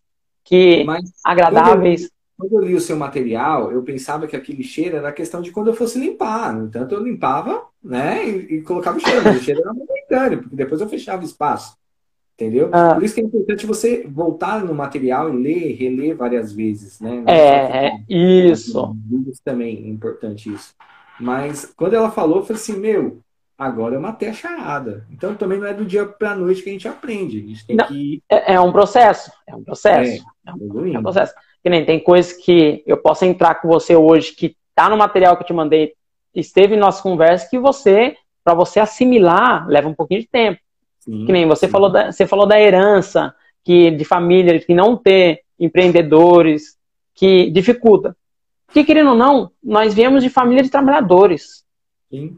agradáveis. Quando eu li o seu material, eu pensava que aquele cheiro era questão de quando eu fosse limpar. No entanto, eu limpava, né, e colocava o cheiro. Mas o cheiro era momentâneo, porque depois eu fechava o espaço. Entendeu? Por isso que é importante você voltar no material e ler, reler várias vezes, né? Isso. Também é importante isso. Mas quando ela falou, eu falei assim, agora eu matei a charada. Então também não é do dia pra noite que a gente aprende. A gente tem que... É um processo. É um processo. É um processo. Que nem tem coisas que eu posso entrar com você hoje, que tá no material que eu te mandei, esteve em nossa conversa, que para você assimilar, leva um pouquinho de tempo. Sim, que nem você falou da herança, de família, que não ter empreendedores, que dificulta. Porque, querendo ou não, nós viemos de família de trabalhadores. Sim.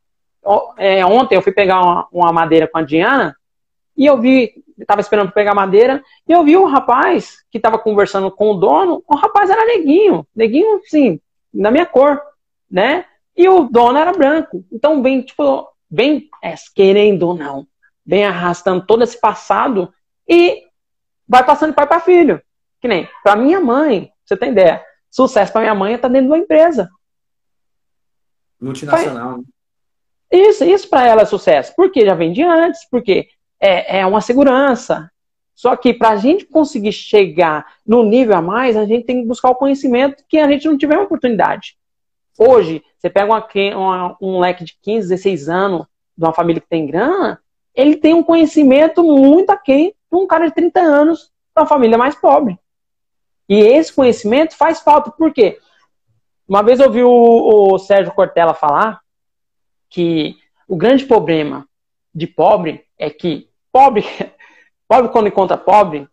Ontem eu fui pegar uma madeira com a Diana, e eu estava esperando para pegar madeira, e eu vi um rapaz que estava conversando com o dono, o rapaz era neguinho, assim, da minha cor. né? E o dono era branco. Então vem, tipo, querendo ou não, vem arrastando todo esse passado e vai passando de pai para filho. Que nem, para minha mãe, pra você tem ideia, sucesso para minha mãe é estar dentro de uma empresa. Multinacional, né? Isso para ela é sucesso. Porque já vem de antes, porque é uma segurança. Só que para a gente conseguir chegar no nível a mais, a gente tem que buscar o conhecimento que a gente não tiver uma oportunidade. Hoje, você pega um moleque de 15, 16 anos, de uma família que tem grana, ele tem um conhecimento muito aquém de um cara de 30 anos, de uma família mais pobre. E esse conhecimento faz falta. Por quê? Uma vez eu ouvi o Sérgio Cortella falar que o grande problema de pobre é que pobre quando encontra pobre,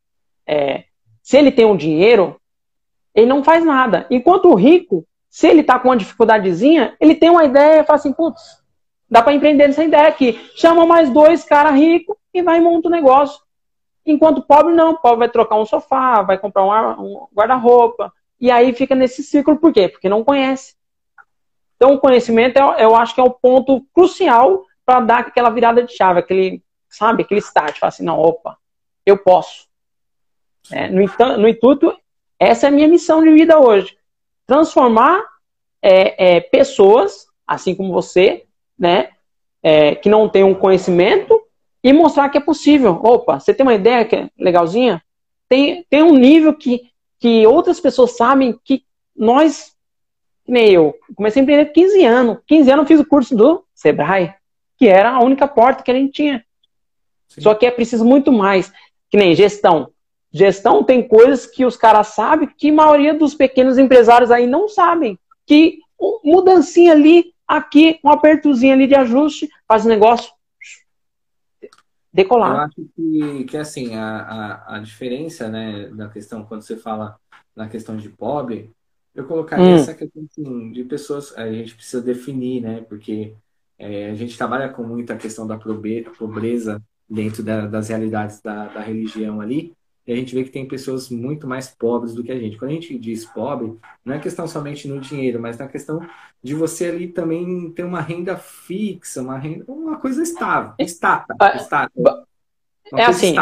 se ele tem um dinheiro, ele não faz nada. Enquanto o rico, se ele tá com uma dificuldadezinha, ele tem uma ideia e fala assim, putz, dá para empreender nessa ideia aqui. Chama mais 2 caras ricos e vai e monta um negócio. Enquanto o pobre não, o pobre vai trocar um sofá, vai comprar um guarda-roupa, e aí fica nesse ciclo. Por quê? Porque não conhece. Então o conhecimento, eu acho que é o ponto crucial para dar aquela virada de chave, aquele start, fala assim, não, opa, eu posso. No intuito, essa é a minha missão de vida hoje. Transformar pessoas, assim como você, né, que não tem um conhecimento, e mostrar que é possível. Opa, você tem uma ideia que é legalzinha? Tem um nível que outras pessoas sabem que nós, que nem eu, comecei a empreender com 15 anos. 15 anos eu fiz o curso do Sebrae, que era a única porta que a gente tinha. Sim. Só que é preciso muito mais. Que nem gestão. Gestão tem coisas que os caras sabem que a maioria dos pequenos empresários aí não sabem. Que mudancinha ali, aqui, um apertozinho ali de ajuste, faz o negócio decolar. Eu acho que assim, a diferença, né, da questão, quando você fala na questão de pobre, eu colocaria essa questão assim, de pessoas, a gente precisa definir, né, porque a gente trabalha com muita questão da pobreza dentro das realidades da religião ali, e a gente vê que tem pessoas muito mais pobres do que a gente. Quando a gente diz pobre, não é questão somente no dinheiro, mas na questão de você ali também ter uma renda fixa, uma coisa estável, estável. É assim,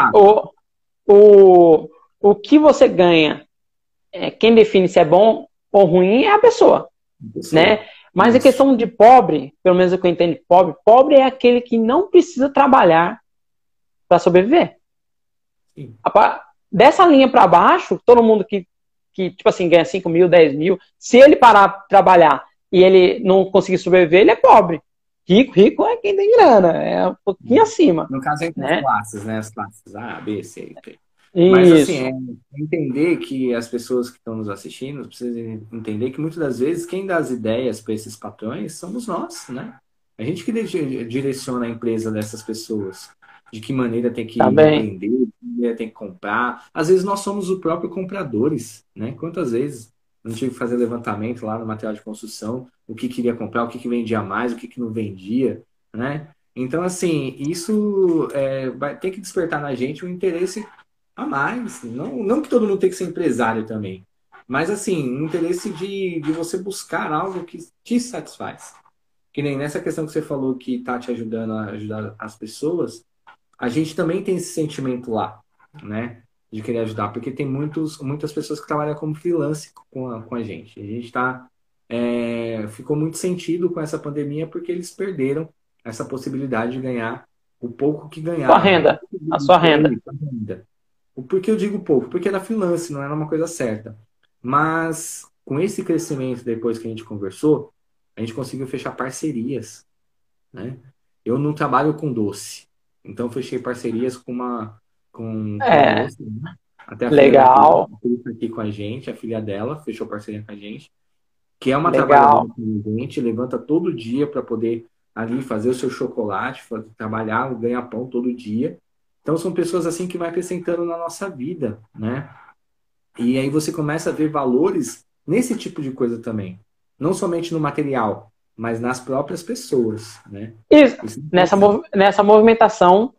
o que você ganha, quem define se é bom ou ruim é a pessoa. Né? Mas a questão de pobre, pelo menos o que eu entendo de pobre é aquele que não precisa trabalhar para sobreviver. Sim. Dessa linha para baixo, todo mundo que tipo assim, ganha 5 mil, 10 mil, se ele parar de trabalhar e ele não conseguir sobreviver, ele é pobre. Rico é quem tem grana, é um pouquinho acima. No caso, entre as classes, né? As classes A, B, C, D. Isso. Mas assim, entender que as pessoas que estão nos assistindo precisam entender que muitas das vezes quem dá as ideias para esses patrões somos nós, né? A gente que direciona a empresa dessas pessoas. De que maneira tem que empreender, de que maneira tem que comprar. Às vezes nós somos o próprio compradores, né? Quantas vezes não tive que fazer levantamento lá no material de construção, o que queria comprar, o que vendia mais, o que não vendia, né? Então, assim, isso vai ter que despertar na gente um interesse a mais. Não que todo mundo tem que ser empresário também, mas, assim, um interesse de você buscar algo que te satisfaz. Que nem nessa questão que você falou que está te ajudando a ajudar as pessoas, a gente também tem esse sentimento lá, né? De querer ajudar, porque tem muitas pessoas que trabalham como freelance com a gente. A gente ficou muito sentido com essa pandemia porque eles perderam essa possibilidade de ganhar o pouco que ganharam. A sua renda. Por que eu digo pouco? Porque era freelance, não era uma coisa certa. Mas com esse crescimento, depois que a gente conversou, a gente conseguiu fechar parcerias, né? Eu não trabalho com doce, então fechei parcerias com doce, né? Até a legal. filha dela aqui com a gente, a filha dela fechou parceria com a gente, que é uma legal. Trabalhadora independente, levanta todo dia para poder ali fazer o seu chocolate, trabalhar, ganhar pão todo dia. Então são pessoas assim que vai acrescentando na nossa vida, né? E aí você começa a ver valores nesse tipo de coisa também. Não somente no material, mas nas próprias pessoas, né? Isso nessa movimentação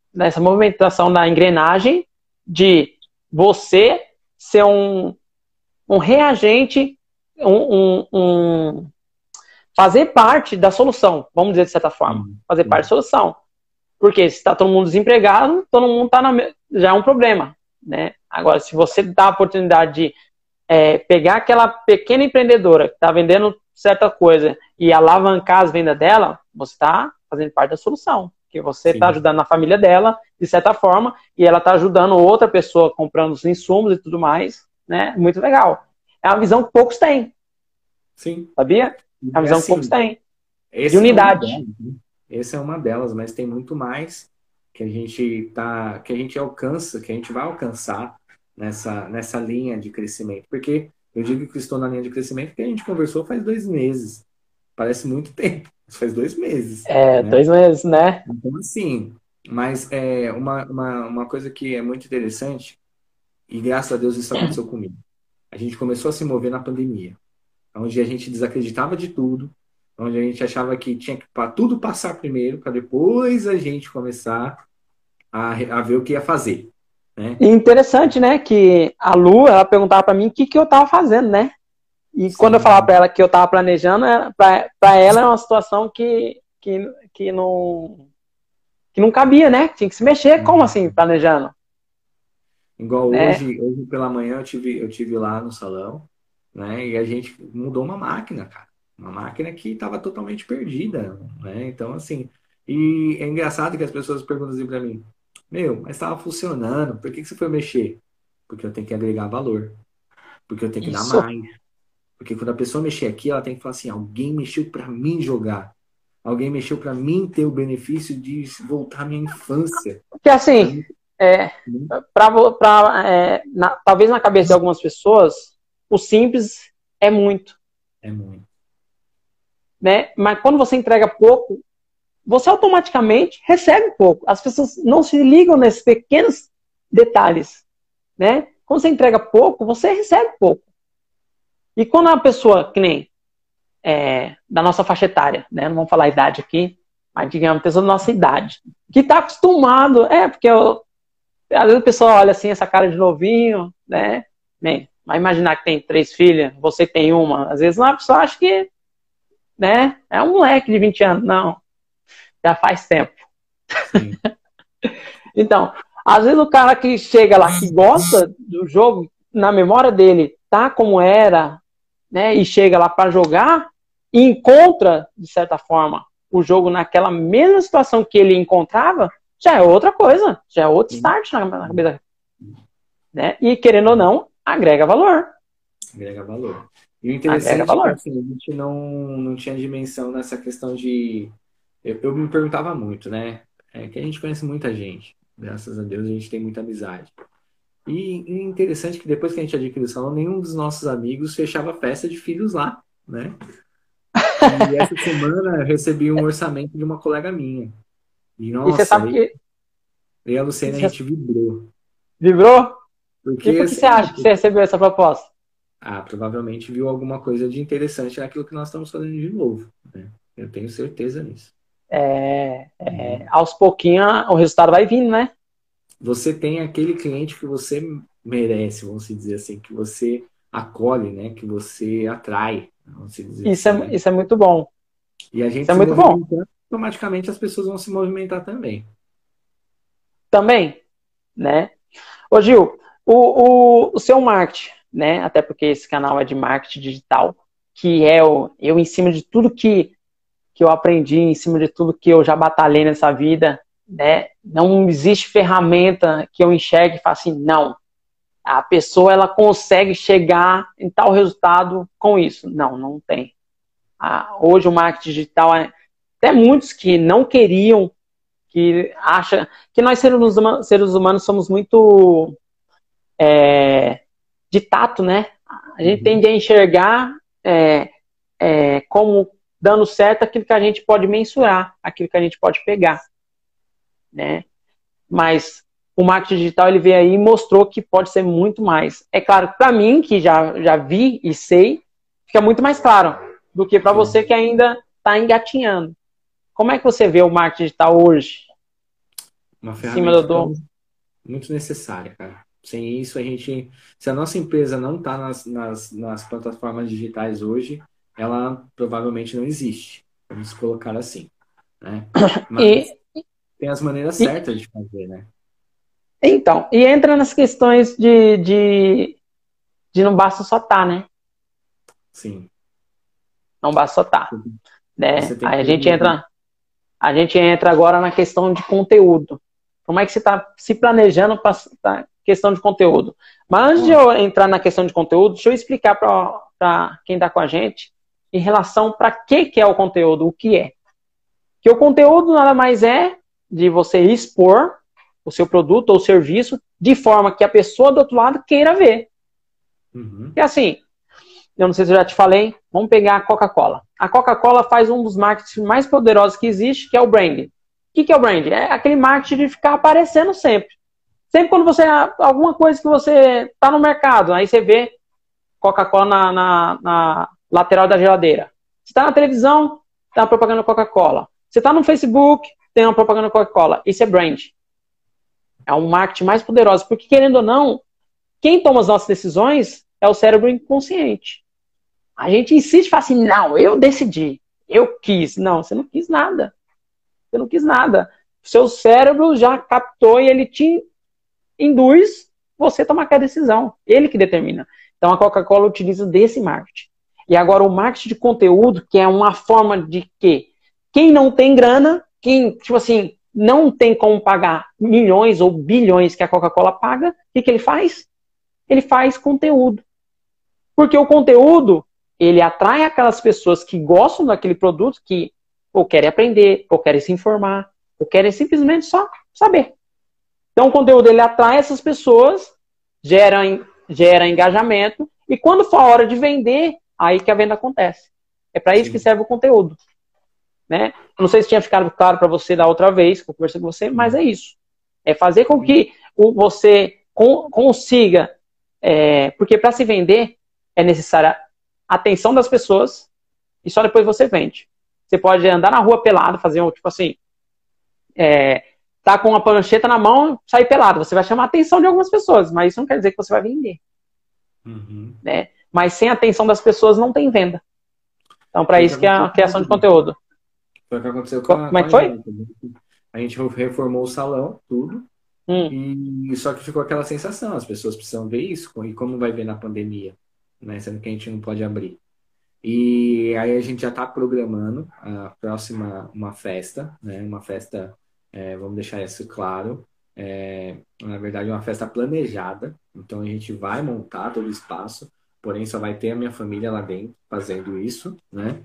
da engrenagem de você ser um reagente, um fazer parte da solução, vamos dizer de certa forma, fazer parte da solução. Porque se está todo mundo desempregado, todo mundo já é um problema, né? Agora, se você dá a oportunidade de pegar aquela pequena empreendedora que está vendendo certa coisa e alavancar as vendas dela, você está fazendo parte da solução. Porque você está ajudando a família dela, de certa forma, e ela está ajudando outra pessoa comprando os insumos e tudo mais, né? Muito legal. É uma visão que poucos têm. Sim. Sabia? É uma visão assim, que poucos têm. De unidade. Essa é uma delas, mas tem muito mais que a gente alcança, que a gente vai alcançar nessa linha de crescimento. Porque eu digo que estou na linha de crescimento porque a gente conversou faz 2 meses. Parece muito tempo, mas faz 2 meses. Né? 2 meses, né? Então, assim, mas uma coisa que é muito interessante, e graças a Deus isso aconteceu comigo. A gente começou a se mover na pandemia, onde a gente desacreditava de tudo, onde a gente achava que tinha que tudo passar primeiro, para depois a gente começar a ver o que ia fazer. Né? E interessante, né, que a Lu, ela perguntava para mim o que eu estava fazendo, né? E sim, quando eu falava para ela que eu estava planejando, para ela é uma situação que não cabia, né? Tinha que se mexer. Como assim, planejando? Igual hoje pela manhã eu tive lá no salão, né? E a gente mudou uma máquina, cara. Uma máquina que estava totalmente perdida, né? Então, assim, e é engraçado que as pessoas perguntam assim para mim, mas estava funcionando, por que você foi mexer? Porque eu tenho que agregar valor, porque eu tenho que dar mais. Porque quando a pessoa mexer aqui, ela tem que falar assim, alguém mexeu para mim jogar. Alguém mexeu para mim ter o benefício de voltar à minha infância. Porque assim, talvez na cabeça de algumas pessoas, o simples é muito. É muito. Né? Mas quando você entrega pouco, você automaticamente recebe pouco. As pessoas não se ligam nesses pequenos detalhes. Né? Quando você entrega pouco, você recebe pouco. E quando uma pessoa, que nem da nossa faixa etária, né? Não vamos falar a idade aqui, mas digamos, pessoa da nossa idade, que está acostumado, porque às vezes a pessoa olha assim, essa cara de novinho, né? Vai imaginar que tem 3 filhas, você tem uma, às vezes uma pessoa acha que, né, é um moleque de 20 anos. Não, já faz tempo. Então, às vezes o cara que chega lá, que gosta do jogo, na memória dele, tá como era, né, e chega lá para jogar, e encontra, de certa forma, o jogo naquela mesma situação que ele encontrava, já é outra coisa, já é outro start na cabeça. Né? E, querendo ou não, agrega valor. Agrega valor. E o interessante é que assim, a gente não tinha dimensão nessa questão de... Eu me perguntava muito, né? Que a gente conhece muita gente. Graças a Deus a gente tem muita amizade. E interessante que depois que a gente adquiriu o salão, nenhum dos nossos amigos fechava festa de filhos lá, né? E essa semana eu recebi um orçamento de uma colega minha. E nossa, você sabe que... E a Luciana, a gente vibrou. Vibrou? Porque, e por que você acha que você recebeu essa proposta? Provavelmente viu alguma coisa de interessante naquilo que nós estamos fazendo de novo. Né? Eu tenho certeza nisso. Aos pouquinhos o resultado vai vindo, né? Você tem aquele cliente que você merece, vamos dizer assim, que você acolhe, né? Que você atrai, vamos dizer isso assim. Isso é muito bom. E a gente isso é muito bom. Automaticamente as pessoas vão se movimentar também. Também, né? Ô Gil, o seu marketing, né? Até porque esse canal é de marketing digital, que é eu em cima de tudo que eu aprendi, em cima de tudo que eu já batalhei nessa vida, né? Não existe ferramenta que eu enxergue e fale assim, não, a pessoa ela consegue chegar em tal resultado com isso. Não tem. Hoje o marketing digital, até muitos que não queriam, que acham que nós seres humanos somos muito de tato, né? A gente tende a enxergar como dando certo aquilo que a gente pode mensurar, aquilo que a gente pode pegar, né? Mas o marketing digital ele veio aí e mostrou que pode ser muito mais. É claro, para mim, que já vi e sei, fica muito mais claro do que para você que ainda está engatinhando. Como é que você vê o marketing digital hoje? Uma ferramenta muito necessária, cara. Sem isso, se a nossa empresa não está nas plataformas digitais hoje, ela provavelmente não existe. Vamos colocar assim, né? Mas E, tem as maneiras e certas de fazer, né? então, e entra nas questões de não basta só tá, né? Sim. Não basta só tá, né? Você tem Aí que ter. a gente entra agora na questão de conteúdo. Como é que você está se planejando para a questão de conteúdo? Mas antes de Ó, eu entrar na questão de conteúdo, deixa eu explicar para quem está com a gente em relação para que é o conteúdo, o que é. Que o conteúdo nada mais é de você expor o seu produto ou serviço de forma que a pessoa do outro lado queira ver. uhum, E assim, eu não sei se eu já te falei, vamos pegar a Coca-Cola. A Coca-Cola faz um dos marketing mais poderosos que existe, que é o branding. O que é o branding? É aquele marketing de ficar aparecendo sempre. Sempre quando você, alguma coisa que você está no mercado, aí você vê Coca-Cola na lateral da geladeira. Você está na televisão, tem uma propaganda Coca-Cola. Você está no Facebook, tem uma propaganda Coca-Cola. Isso é brand. É um marketing mais poderoso, porque querendo ou não, quem toma as nossas decisões é o cérebro inconsciente. A gente insiste e fala assim, não, eu decidi, eu quis. Não, você não quis nada. Você não quis nada. O seu cérebro já captou e ele te induz você a tomar aquela decisão. Ele que determina. Então a Coca-Cola utiliza desse marketing. E agora o marketing de conteúdo, que é uma forma de que quem não tem grana, quem, tipo assim, não tem como pagar milhões ou bilhões que a Coca-Cola paga, o que ele faz? Ele faz conteúdo. Porque o conteúdo, ele atrai aquelas pessoas que gostam daquele produto, que ou querem aprender, ou querem se informar, ou querem simplesmente só saber. Então o conteúdo, ele atrai essas pessoas, gera engajamento, e quando for a hora de vender, aí que a venda acontece. É para isso que sim. serve o conteúdo. Né? Não sei se tinha ficado claro para você da outra vez que eu conversei com você, mas é isso. É fazer com que você consiga, porque para se vender é necessária a atenção das pessoas e só depois você vende. Você pode andar na rua pelado, fazer um, tipo assim, tá com uma prancheta na mão, sair pelado. Você vai chamar a atenção de algumas pessoas, mas isso não quer dizer que você vai vender. Uhum. Né? Mas sem a atenção das pessoas não tem venda. Então, para Foi o que isso que é aconteceu a criação de comigo. conteúdo. Foi o que aconteceu Como com é que a foi? gente. A gente reformou o salão, tudo, Hum. e só que ficou aquela sensação, as pessoas precisam ver isso, e como vai ver na pandemia, né? Sendo que a gente não pode abrir. E aí a gente já está programando a próxima uma festa, né? Uma festa, vamos deixar isso claro, na verdade uma festa planejada. Então a gente vai montar todo o espaço, porém só vai ter a minha família lá dentro fazendo isso, né?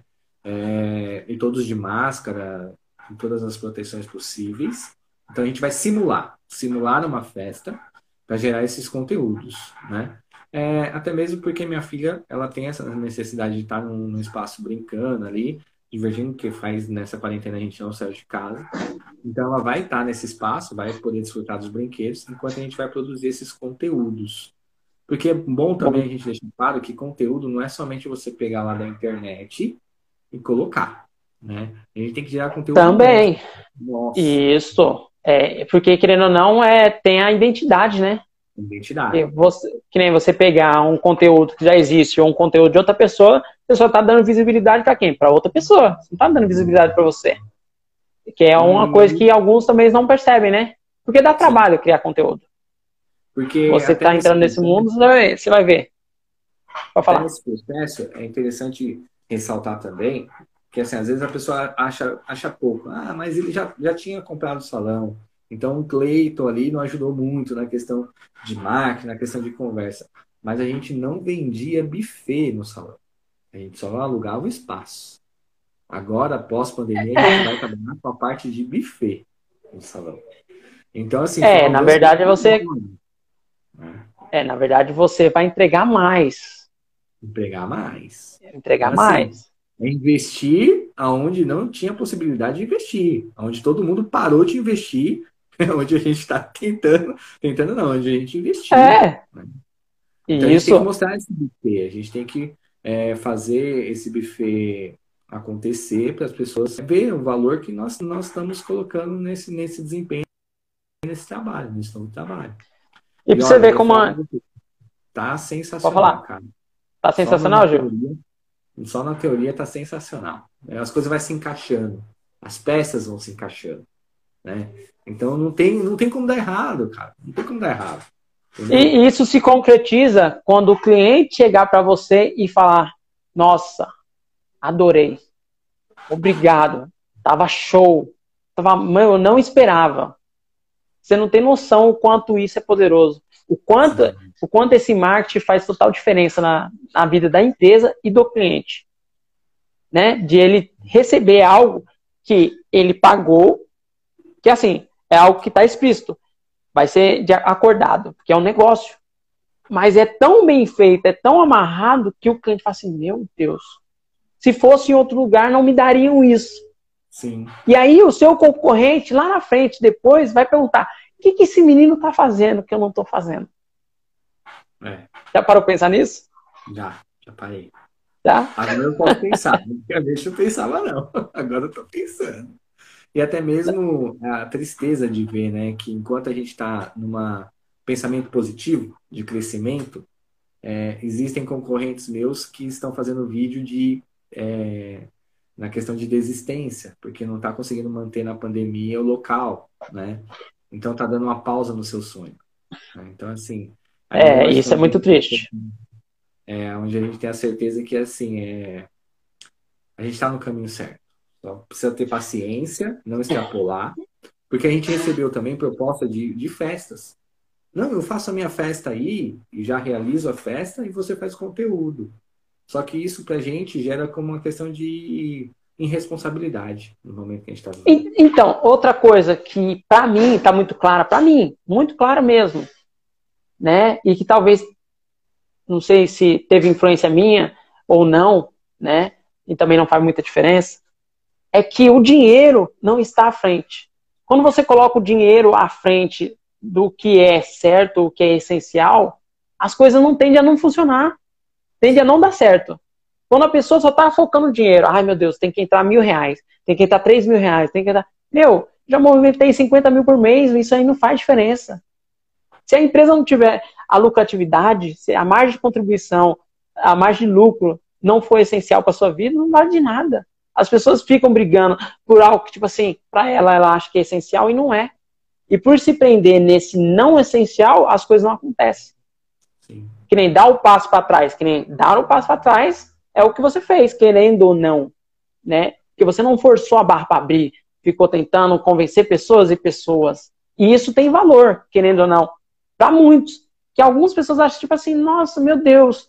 E todos de máscara, com todas as proteções possíveis. Então a gente vai simular uma festa para gerar esses conteúdos, né? Até mesmo porque minha filha, ela tem essa necessidade de estar num espaço brincando ali, divertindo, porque faz nessa quarentena a gente não saiu de casa. Então ela vai estar nesse espaço, vai poder desfrutar dos brinquedos, enquanto a gente vai produzir esses conteúdos. Porque é bom também a gente deixar claro que conteúdo não é somente você pegar lá da internet e colocar, né? A gente tem que gerar conteúdo nosso. Também. Nosso. Isso. Porque, querendo ou não, tem a identidade, né? Identidade. Que nem você pegar um conteúdo que já existe ou um conteúdo de outra pessoa, você só está dando visibilidade para quem? Para outra pessoa. Você não está dando visibilidade para você. Que é uma coisa E, que alguns também não percebem, né? Porque dá sim, trabalho criar conteúdo. porque Você está entrando nesse mundo, você vai ver. Pode até falar. nesse processo é interessante ressaltar também que assim, às vezes a pessoa acha pouco. Ah, mas ele já tinha comprado o salão. Então o Cleiton ali não ajudou muito na questão de marketing, na questão de conversa. Mas a gente não vendia buffet no salão. A gente só alugava o espaço. Agora, após pandemia, a gente vai trabalhar com a parte de buffet no salão. Então, assim, foram Na duas coisas verdade, que mudam, né? na verdade, você vai entregar mais. Empregar mais. Então, Entregar assim, mais. é investir aonde não tinha possibilidade de investir, aonde todo mundo parou de investir, onde a gente está tentando não, onde a gente investiu. É, Né? Então a gente tem que isso. mostrar esse buffet, a gente tem que fazer esse buffet acontecer para as pessoas ver o valor que nós estamos colocando nesse desempenho, nesse trabalho, nesse novo trabalho. E E para você olha, ver vou como. falar pra você, tá Pode sensacional, falar. cara. Tá Só uma sensacional, Gil? mentoria. Só na teoria tá sensacional. As coisas vão se encaixando. As peças vão se encaixando, né? Então não tem como dar errado, cara. Não tem como dar errado. Entendeu? E isso se concretiza quando o cliente chegar para você e falar: nossa, adorei, obrigado, tava show, mano, eu não esperava. Você não tem noção o quanto isso é poderoso, o quanto esse marketing faz total diferença na vida da empresa e do cliente, né? De ele receber algo que ele pagou, que assim, é algo que está explícito, vai ser acordado, porque é um negócio. Mas é tão bem feito, é tão amarrado, que o cliente fala assim: meu Deus, se fosse em outro lugar não me dariam isso. Sim. E aí o seu concorrente lá na frente, depois, vai perguntar: o que esse menino está fazendo que eu não estou fazendo? Já parou pra pensar nisso? Já parei. Tá? Agora eu posso pensar. Antigamente eu pensava não. Agora eu tô pensando. E até mesmo a tristeza de ver, né, que enquanto a gente está num pensamento positivo de crescimento, existem concorrentes meus que estão fazendo vídeo na questão de desistência, porque não está conseguindo manter na pandemia o local, né? Então está dando uma pausa no seu sonho, né? Então, assim, ainda hoje, Isso é muito triste. onde a gente tem a certeza que, assim, a gente está no caminho certo. Só precisa ter paciência, não extrapolar, porque a gente recebeu também proposta de festas. Não, eu faço a minha festa aí e já realizo a festa e você faz conteúdo. Só que isso pra gente gera como uma questão de irresponsabilidade no momento que a gente está vivendo. Então, outra coisa que para mim está muito clara, para mim, muito clara mesmo, né? E que talvez, não sei se teve influência minha ou não, né? E também não faz muita diferença, é que o dinheiro não está à frente. Quando você coloca o dinheiro à frente do que é certo, o que é essencial, as coisas não tendem a não funcionar, tendem a não dar certo. Quando a pessoa só está focando no dinheiro, ai meu Deus, tem que entrar R$1.000, tem que entrar R$3.000, tem que entrar... Meu, já movimentei 50 mil por mês, isso aí não faz diferença. Se a empresa não tiver a lucratividade, se a margem de contribuição, a margem de lucro não for essencial para sua vida, não vale de nada. As pessoas ficam brigando por algo que, tipo assim, para ela acha que é essencial e não é. E por se prender nesse não essencial, as coisas não acontecem. Sim. Que nem dar o passo para trás, que nem dar o passo para trás é o que você fez, querendo ou não, né? Porque você não forçou a barra para abrir, ficou tentando convencer pessoas e pessoas. E isso tem valor, querendo ou não, para muitos. Que algumas pessoas acham, tipo assim, nossa, meu Deus,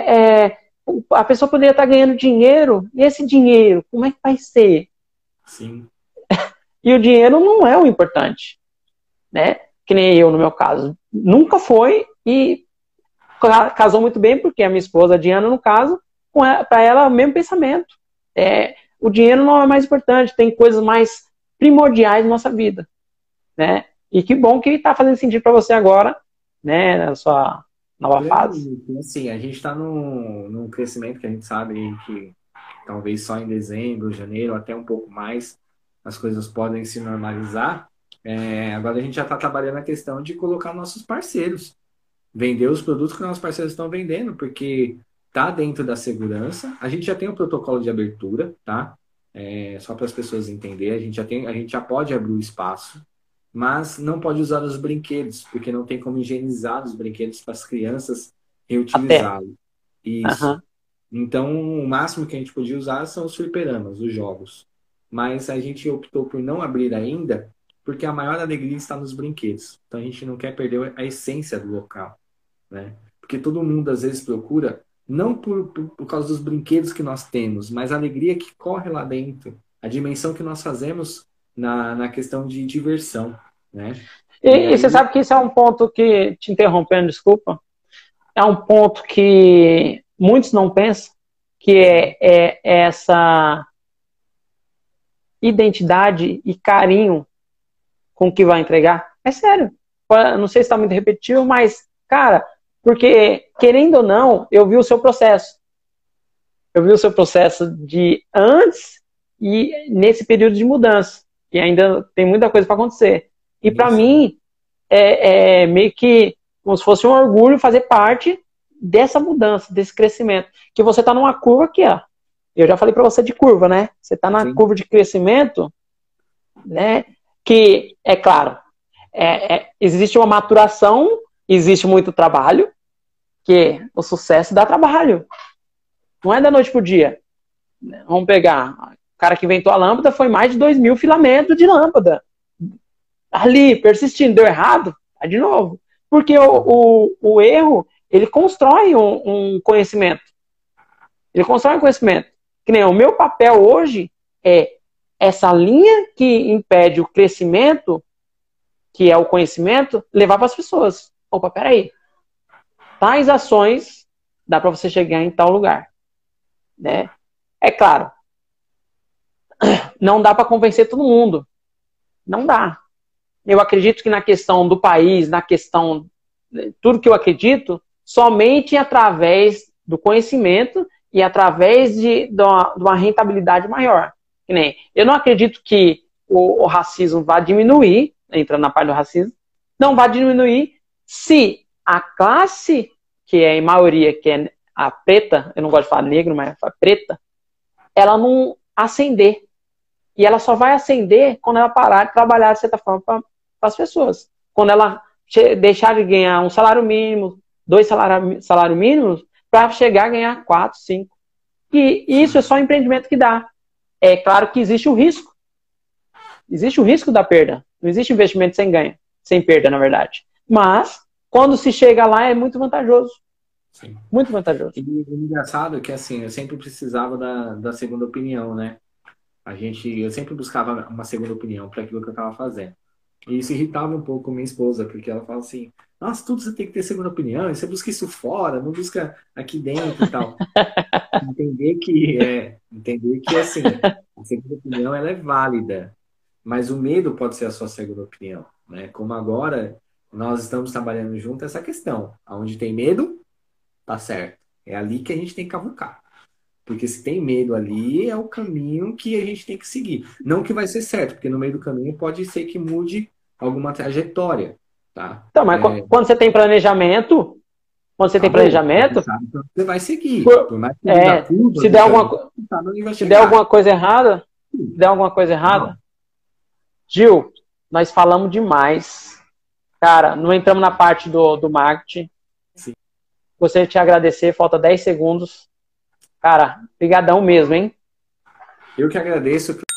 a pessoa poderia estar ganhando dinheiro, e esse dinheiro, como é que vai ser? Sim. E o dinheiro não é o importante, né? Que nem eu, no meu caso. Nunca foi, e casou muito bem, porque a minha esposa, a Diana, no caso, para ela, o mesmo pensamento. O dinheiro não é mais importante, tem coisas mais primordiais na nossa vida, né? E que bom que está fazendo sentido para você agora, né? Na sua nova fase. Assim, a gente está num crescimento que a gente sabe que talvez só em dezembro, janeiro, até um pouco mais, as coisas podem se normalizar. Agora a gente já está trabalhando a questão de colocar nossos parceiros, vender os produtos que nossos parceiros estão vendendo, porque tá dentro da segurança. A gente já tem um protocolo de abertura, tá? Só para as pessoas entenderem, a gente já pode abrir o espaço, mas não pode usar os brinquedos, porque não tem como higienizar os brinquedos para as crianças reutilizá-los. Isso. Uhum. Então, o máximo que a gente podia usar são os fliperamas, os jogos. Mas a gente optou por não abrir ainda, porque a maior alegria está nos brinquedos. Então, a gente não quer perder a essência do local, né? Porque todo mundo, às vezes, procura, não por causa dos brinquedos que nós temos, mas a alegria que corre lá dentro, a dimensão que nós fazemos na questão de diversão, né? E você sabe que isso é um ponto que, te interrompendo, desculpa, é um ponto que muitos não pensam, que é essa identidade e carinho com o que vai entregar. É sério. Não sei se está muito repetitivo, mas, cara, porque, querendo ou não, eu vi o seu processo. Eu vi o seu processo de antes e nesse período de mudança. E ainda tem muita coisa para acontecer. E para mim, é meio que como se fosse um orgulho fazer parte dessa mudança, desse crescimento. Que você está numa curva aqui, ó. Eu já falei para você de curva, né? Você está na Sim. curva de crescimento, né? Que, é claro, existe uma maturação, existe muito trabalho, que o sucesso dá trabalho. Não é da noite pro dia. Vamos pegar, o cara que inventou a lâmpada foi mais de 2.000 filamentos de lâmpada. Ali, persistindo, deu errado, tá de novo. Porque o erro, ele constrói um conhecimento. Ele constrói um conhecimento. Que nem o meu papel hoje é essa linha que impede o crescimento, que é o conhecimento, levar para as pessoas. Opa, peraí. Tais ações dá para você chegar em tal lugar. Né? É claro, não dá para convencer todo mundo. Não dá. Eu acredito que na questão do país, na questão tudo que eu acredito, somente através do conhecimento e através de uma rentabilidade maior. Que nem, eu não acredito que o racismo vá diminuir, entrando na parte do racismo, não vai diminuir se a classe, que é em maioria, que é a preta, eu não gosto de falar negro, mas a preta, ela não ascender. E ela só vai ascender quando ela parar de trabalhar de certa forma para as pessoas. Quando ela deixar de ganhar um salário mínimo, 2 salários mínimos, para chegar a ganhar 4, 5. E isso é só empreendimento que dá. É claro que existe o risco. Existe o risco da perda. Não existe investimento sem ganho, sem perda, na verdade. Mas, quando se chega lá, é muito vantajoso. Sim. Muito vantajoso. E o engraçado é que, assim, eu sempre precisava da segunda opinião, né? Eu sempre buscava uma segunda opinião para aquilo que eu estava fazendo. E isso irritava um pouco minha esposa, porque ela fala assim, nossa, tudo você tem que ter segunda opinião, e você busca isso fora, não busca aqui dentro e tal. Entender que assim, a segunda opinião ela é válida, mas o medo pode ser a sua segunda opinião, né? Como agora nós estamos trabalhando junto essa questão, aonde tem medo, tá certo. É ali que a gente tem que cavucar. Porque se tem medo ali, é o caminho que a gente tem que seguir. Não que vai ser certo, porque no meio do caminho pode ser que mude alguma trajetória, tá? Então, mas quando você tem planejamento, Você sabe que você vai seguir. Por mais que mude a curva, se der alguma coisa errada, Gil, nós falamos demais. Cara, não entramos na parte do marketing. Sim. Gostaria de te agradecer, falta 10 segundos. Cara, brigadão mesmo, hein? Eu que agradeço.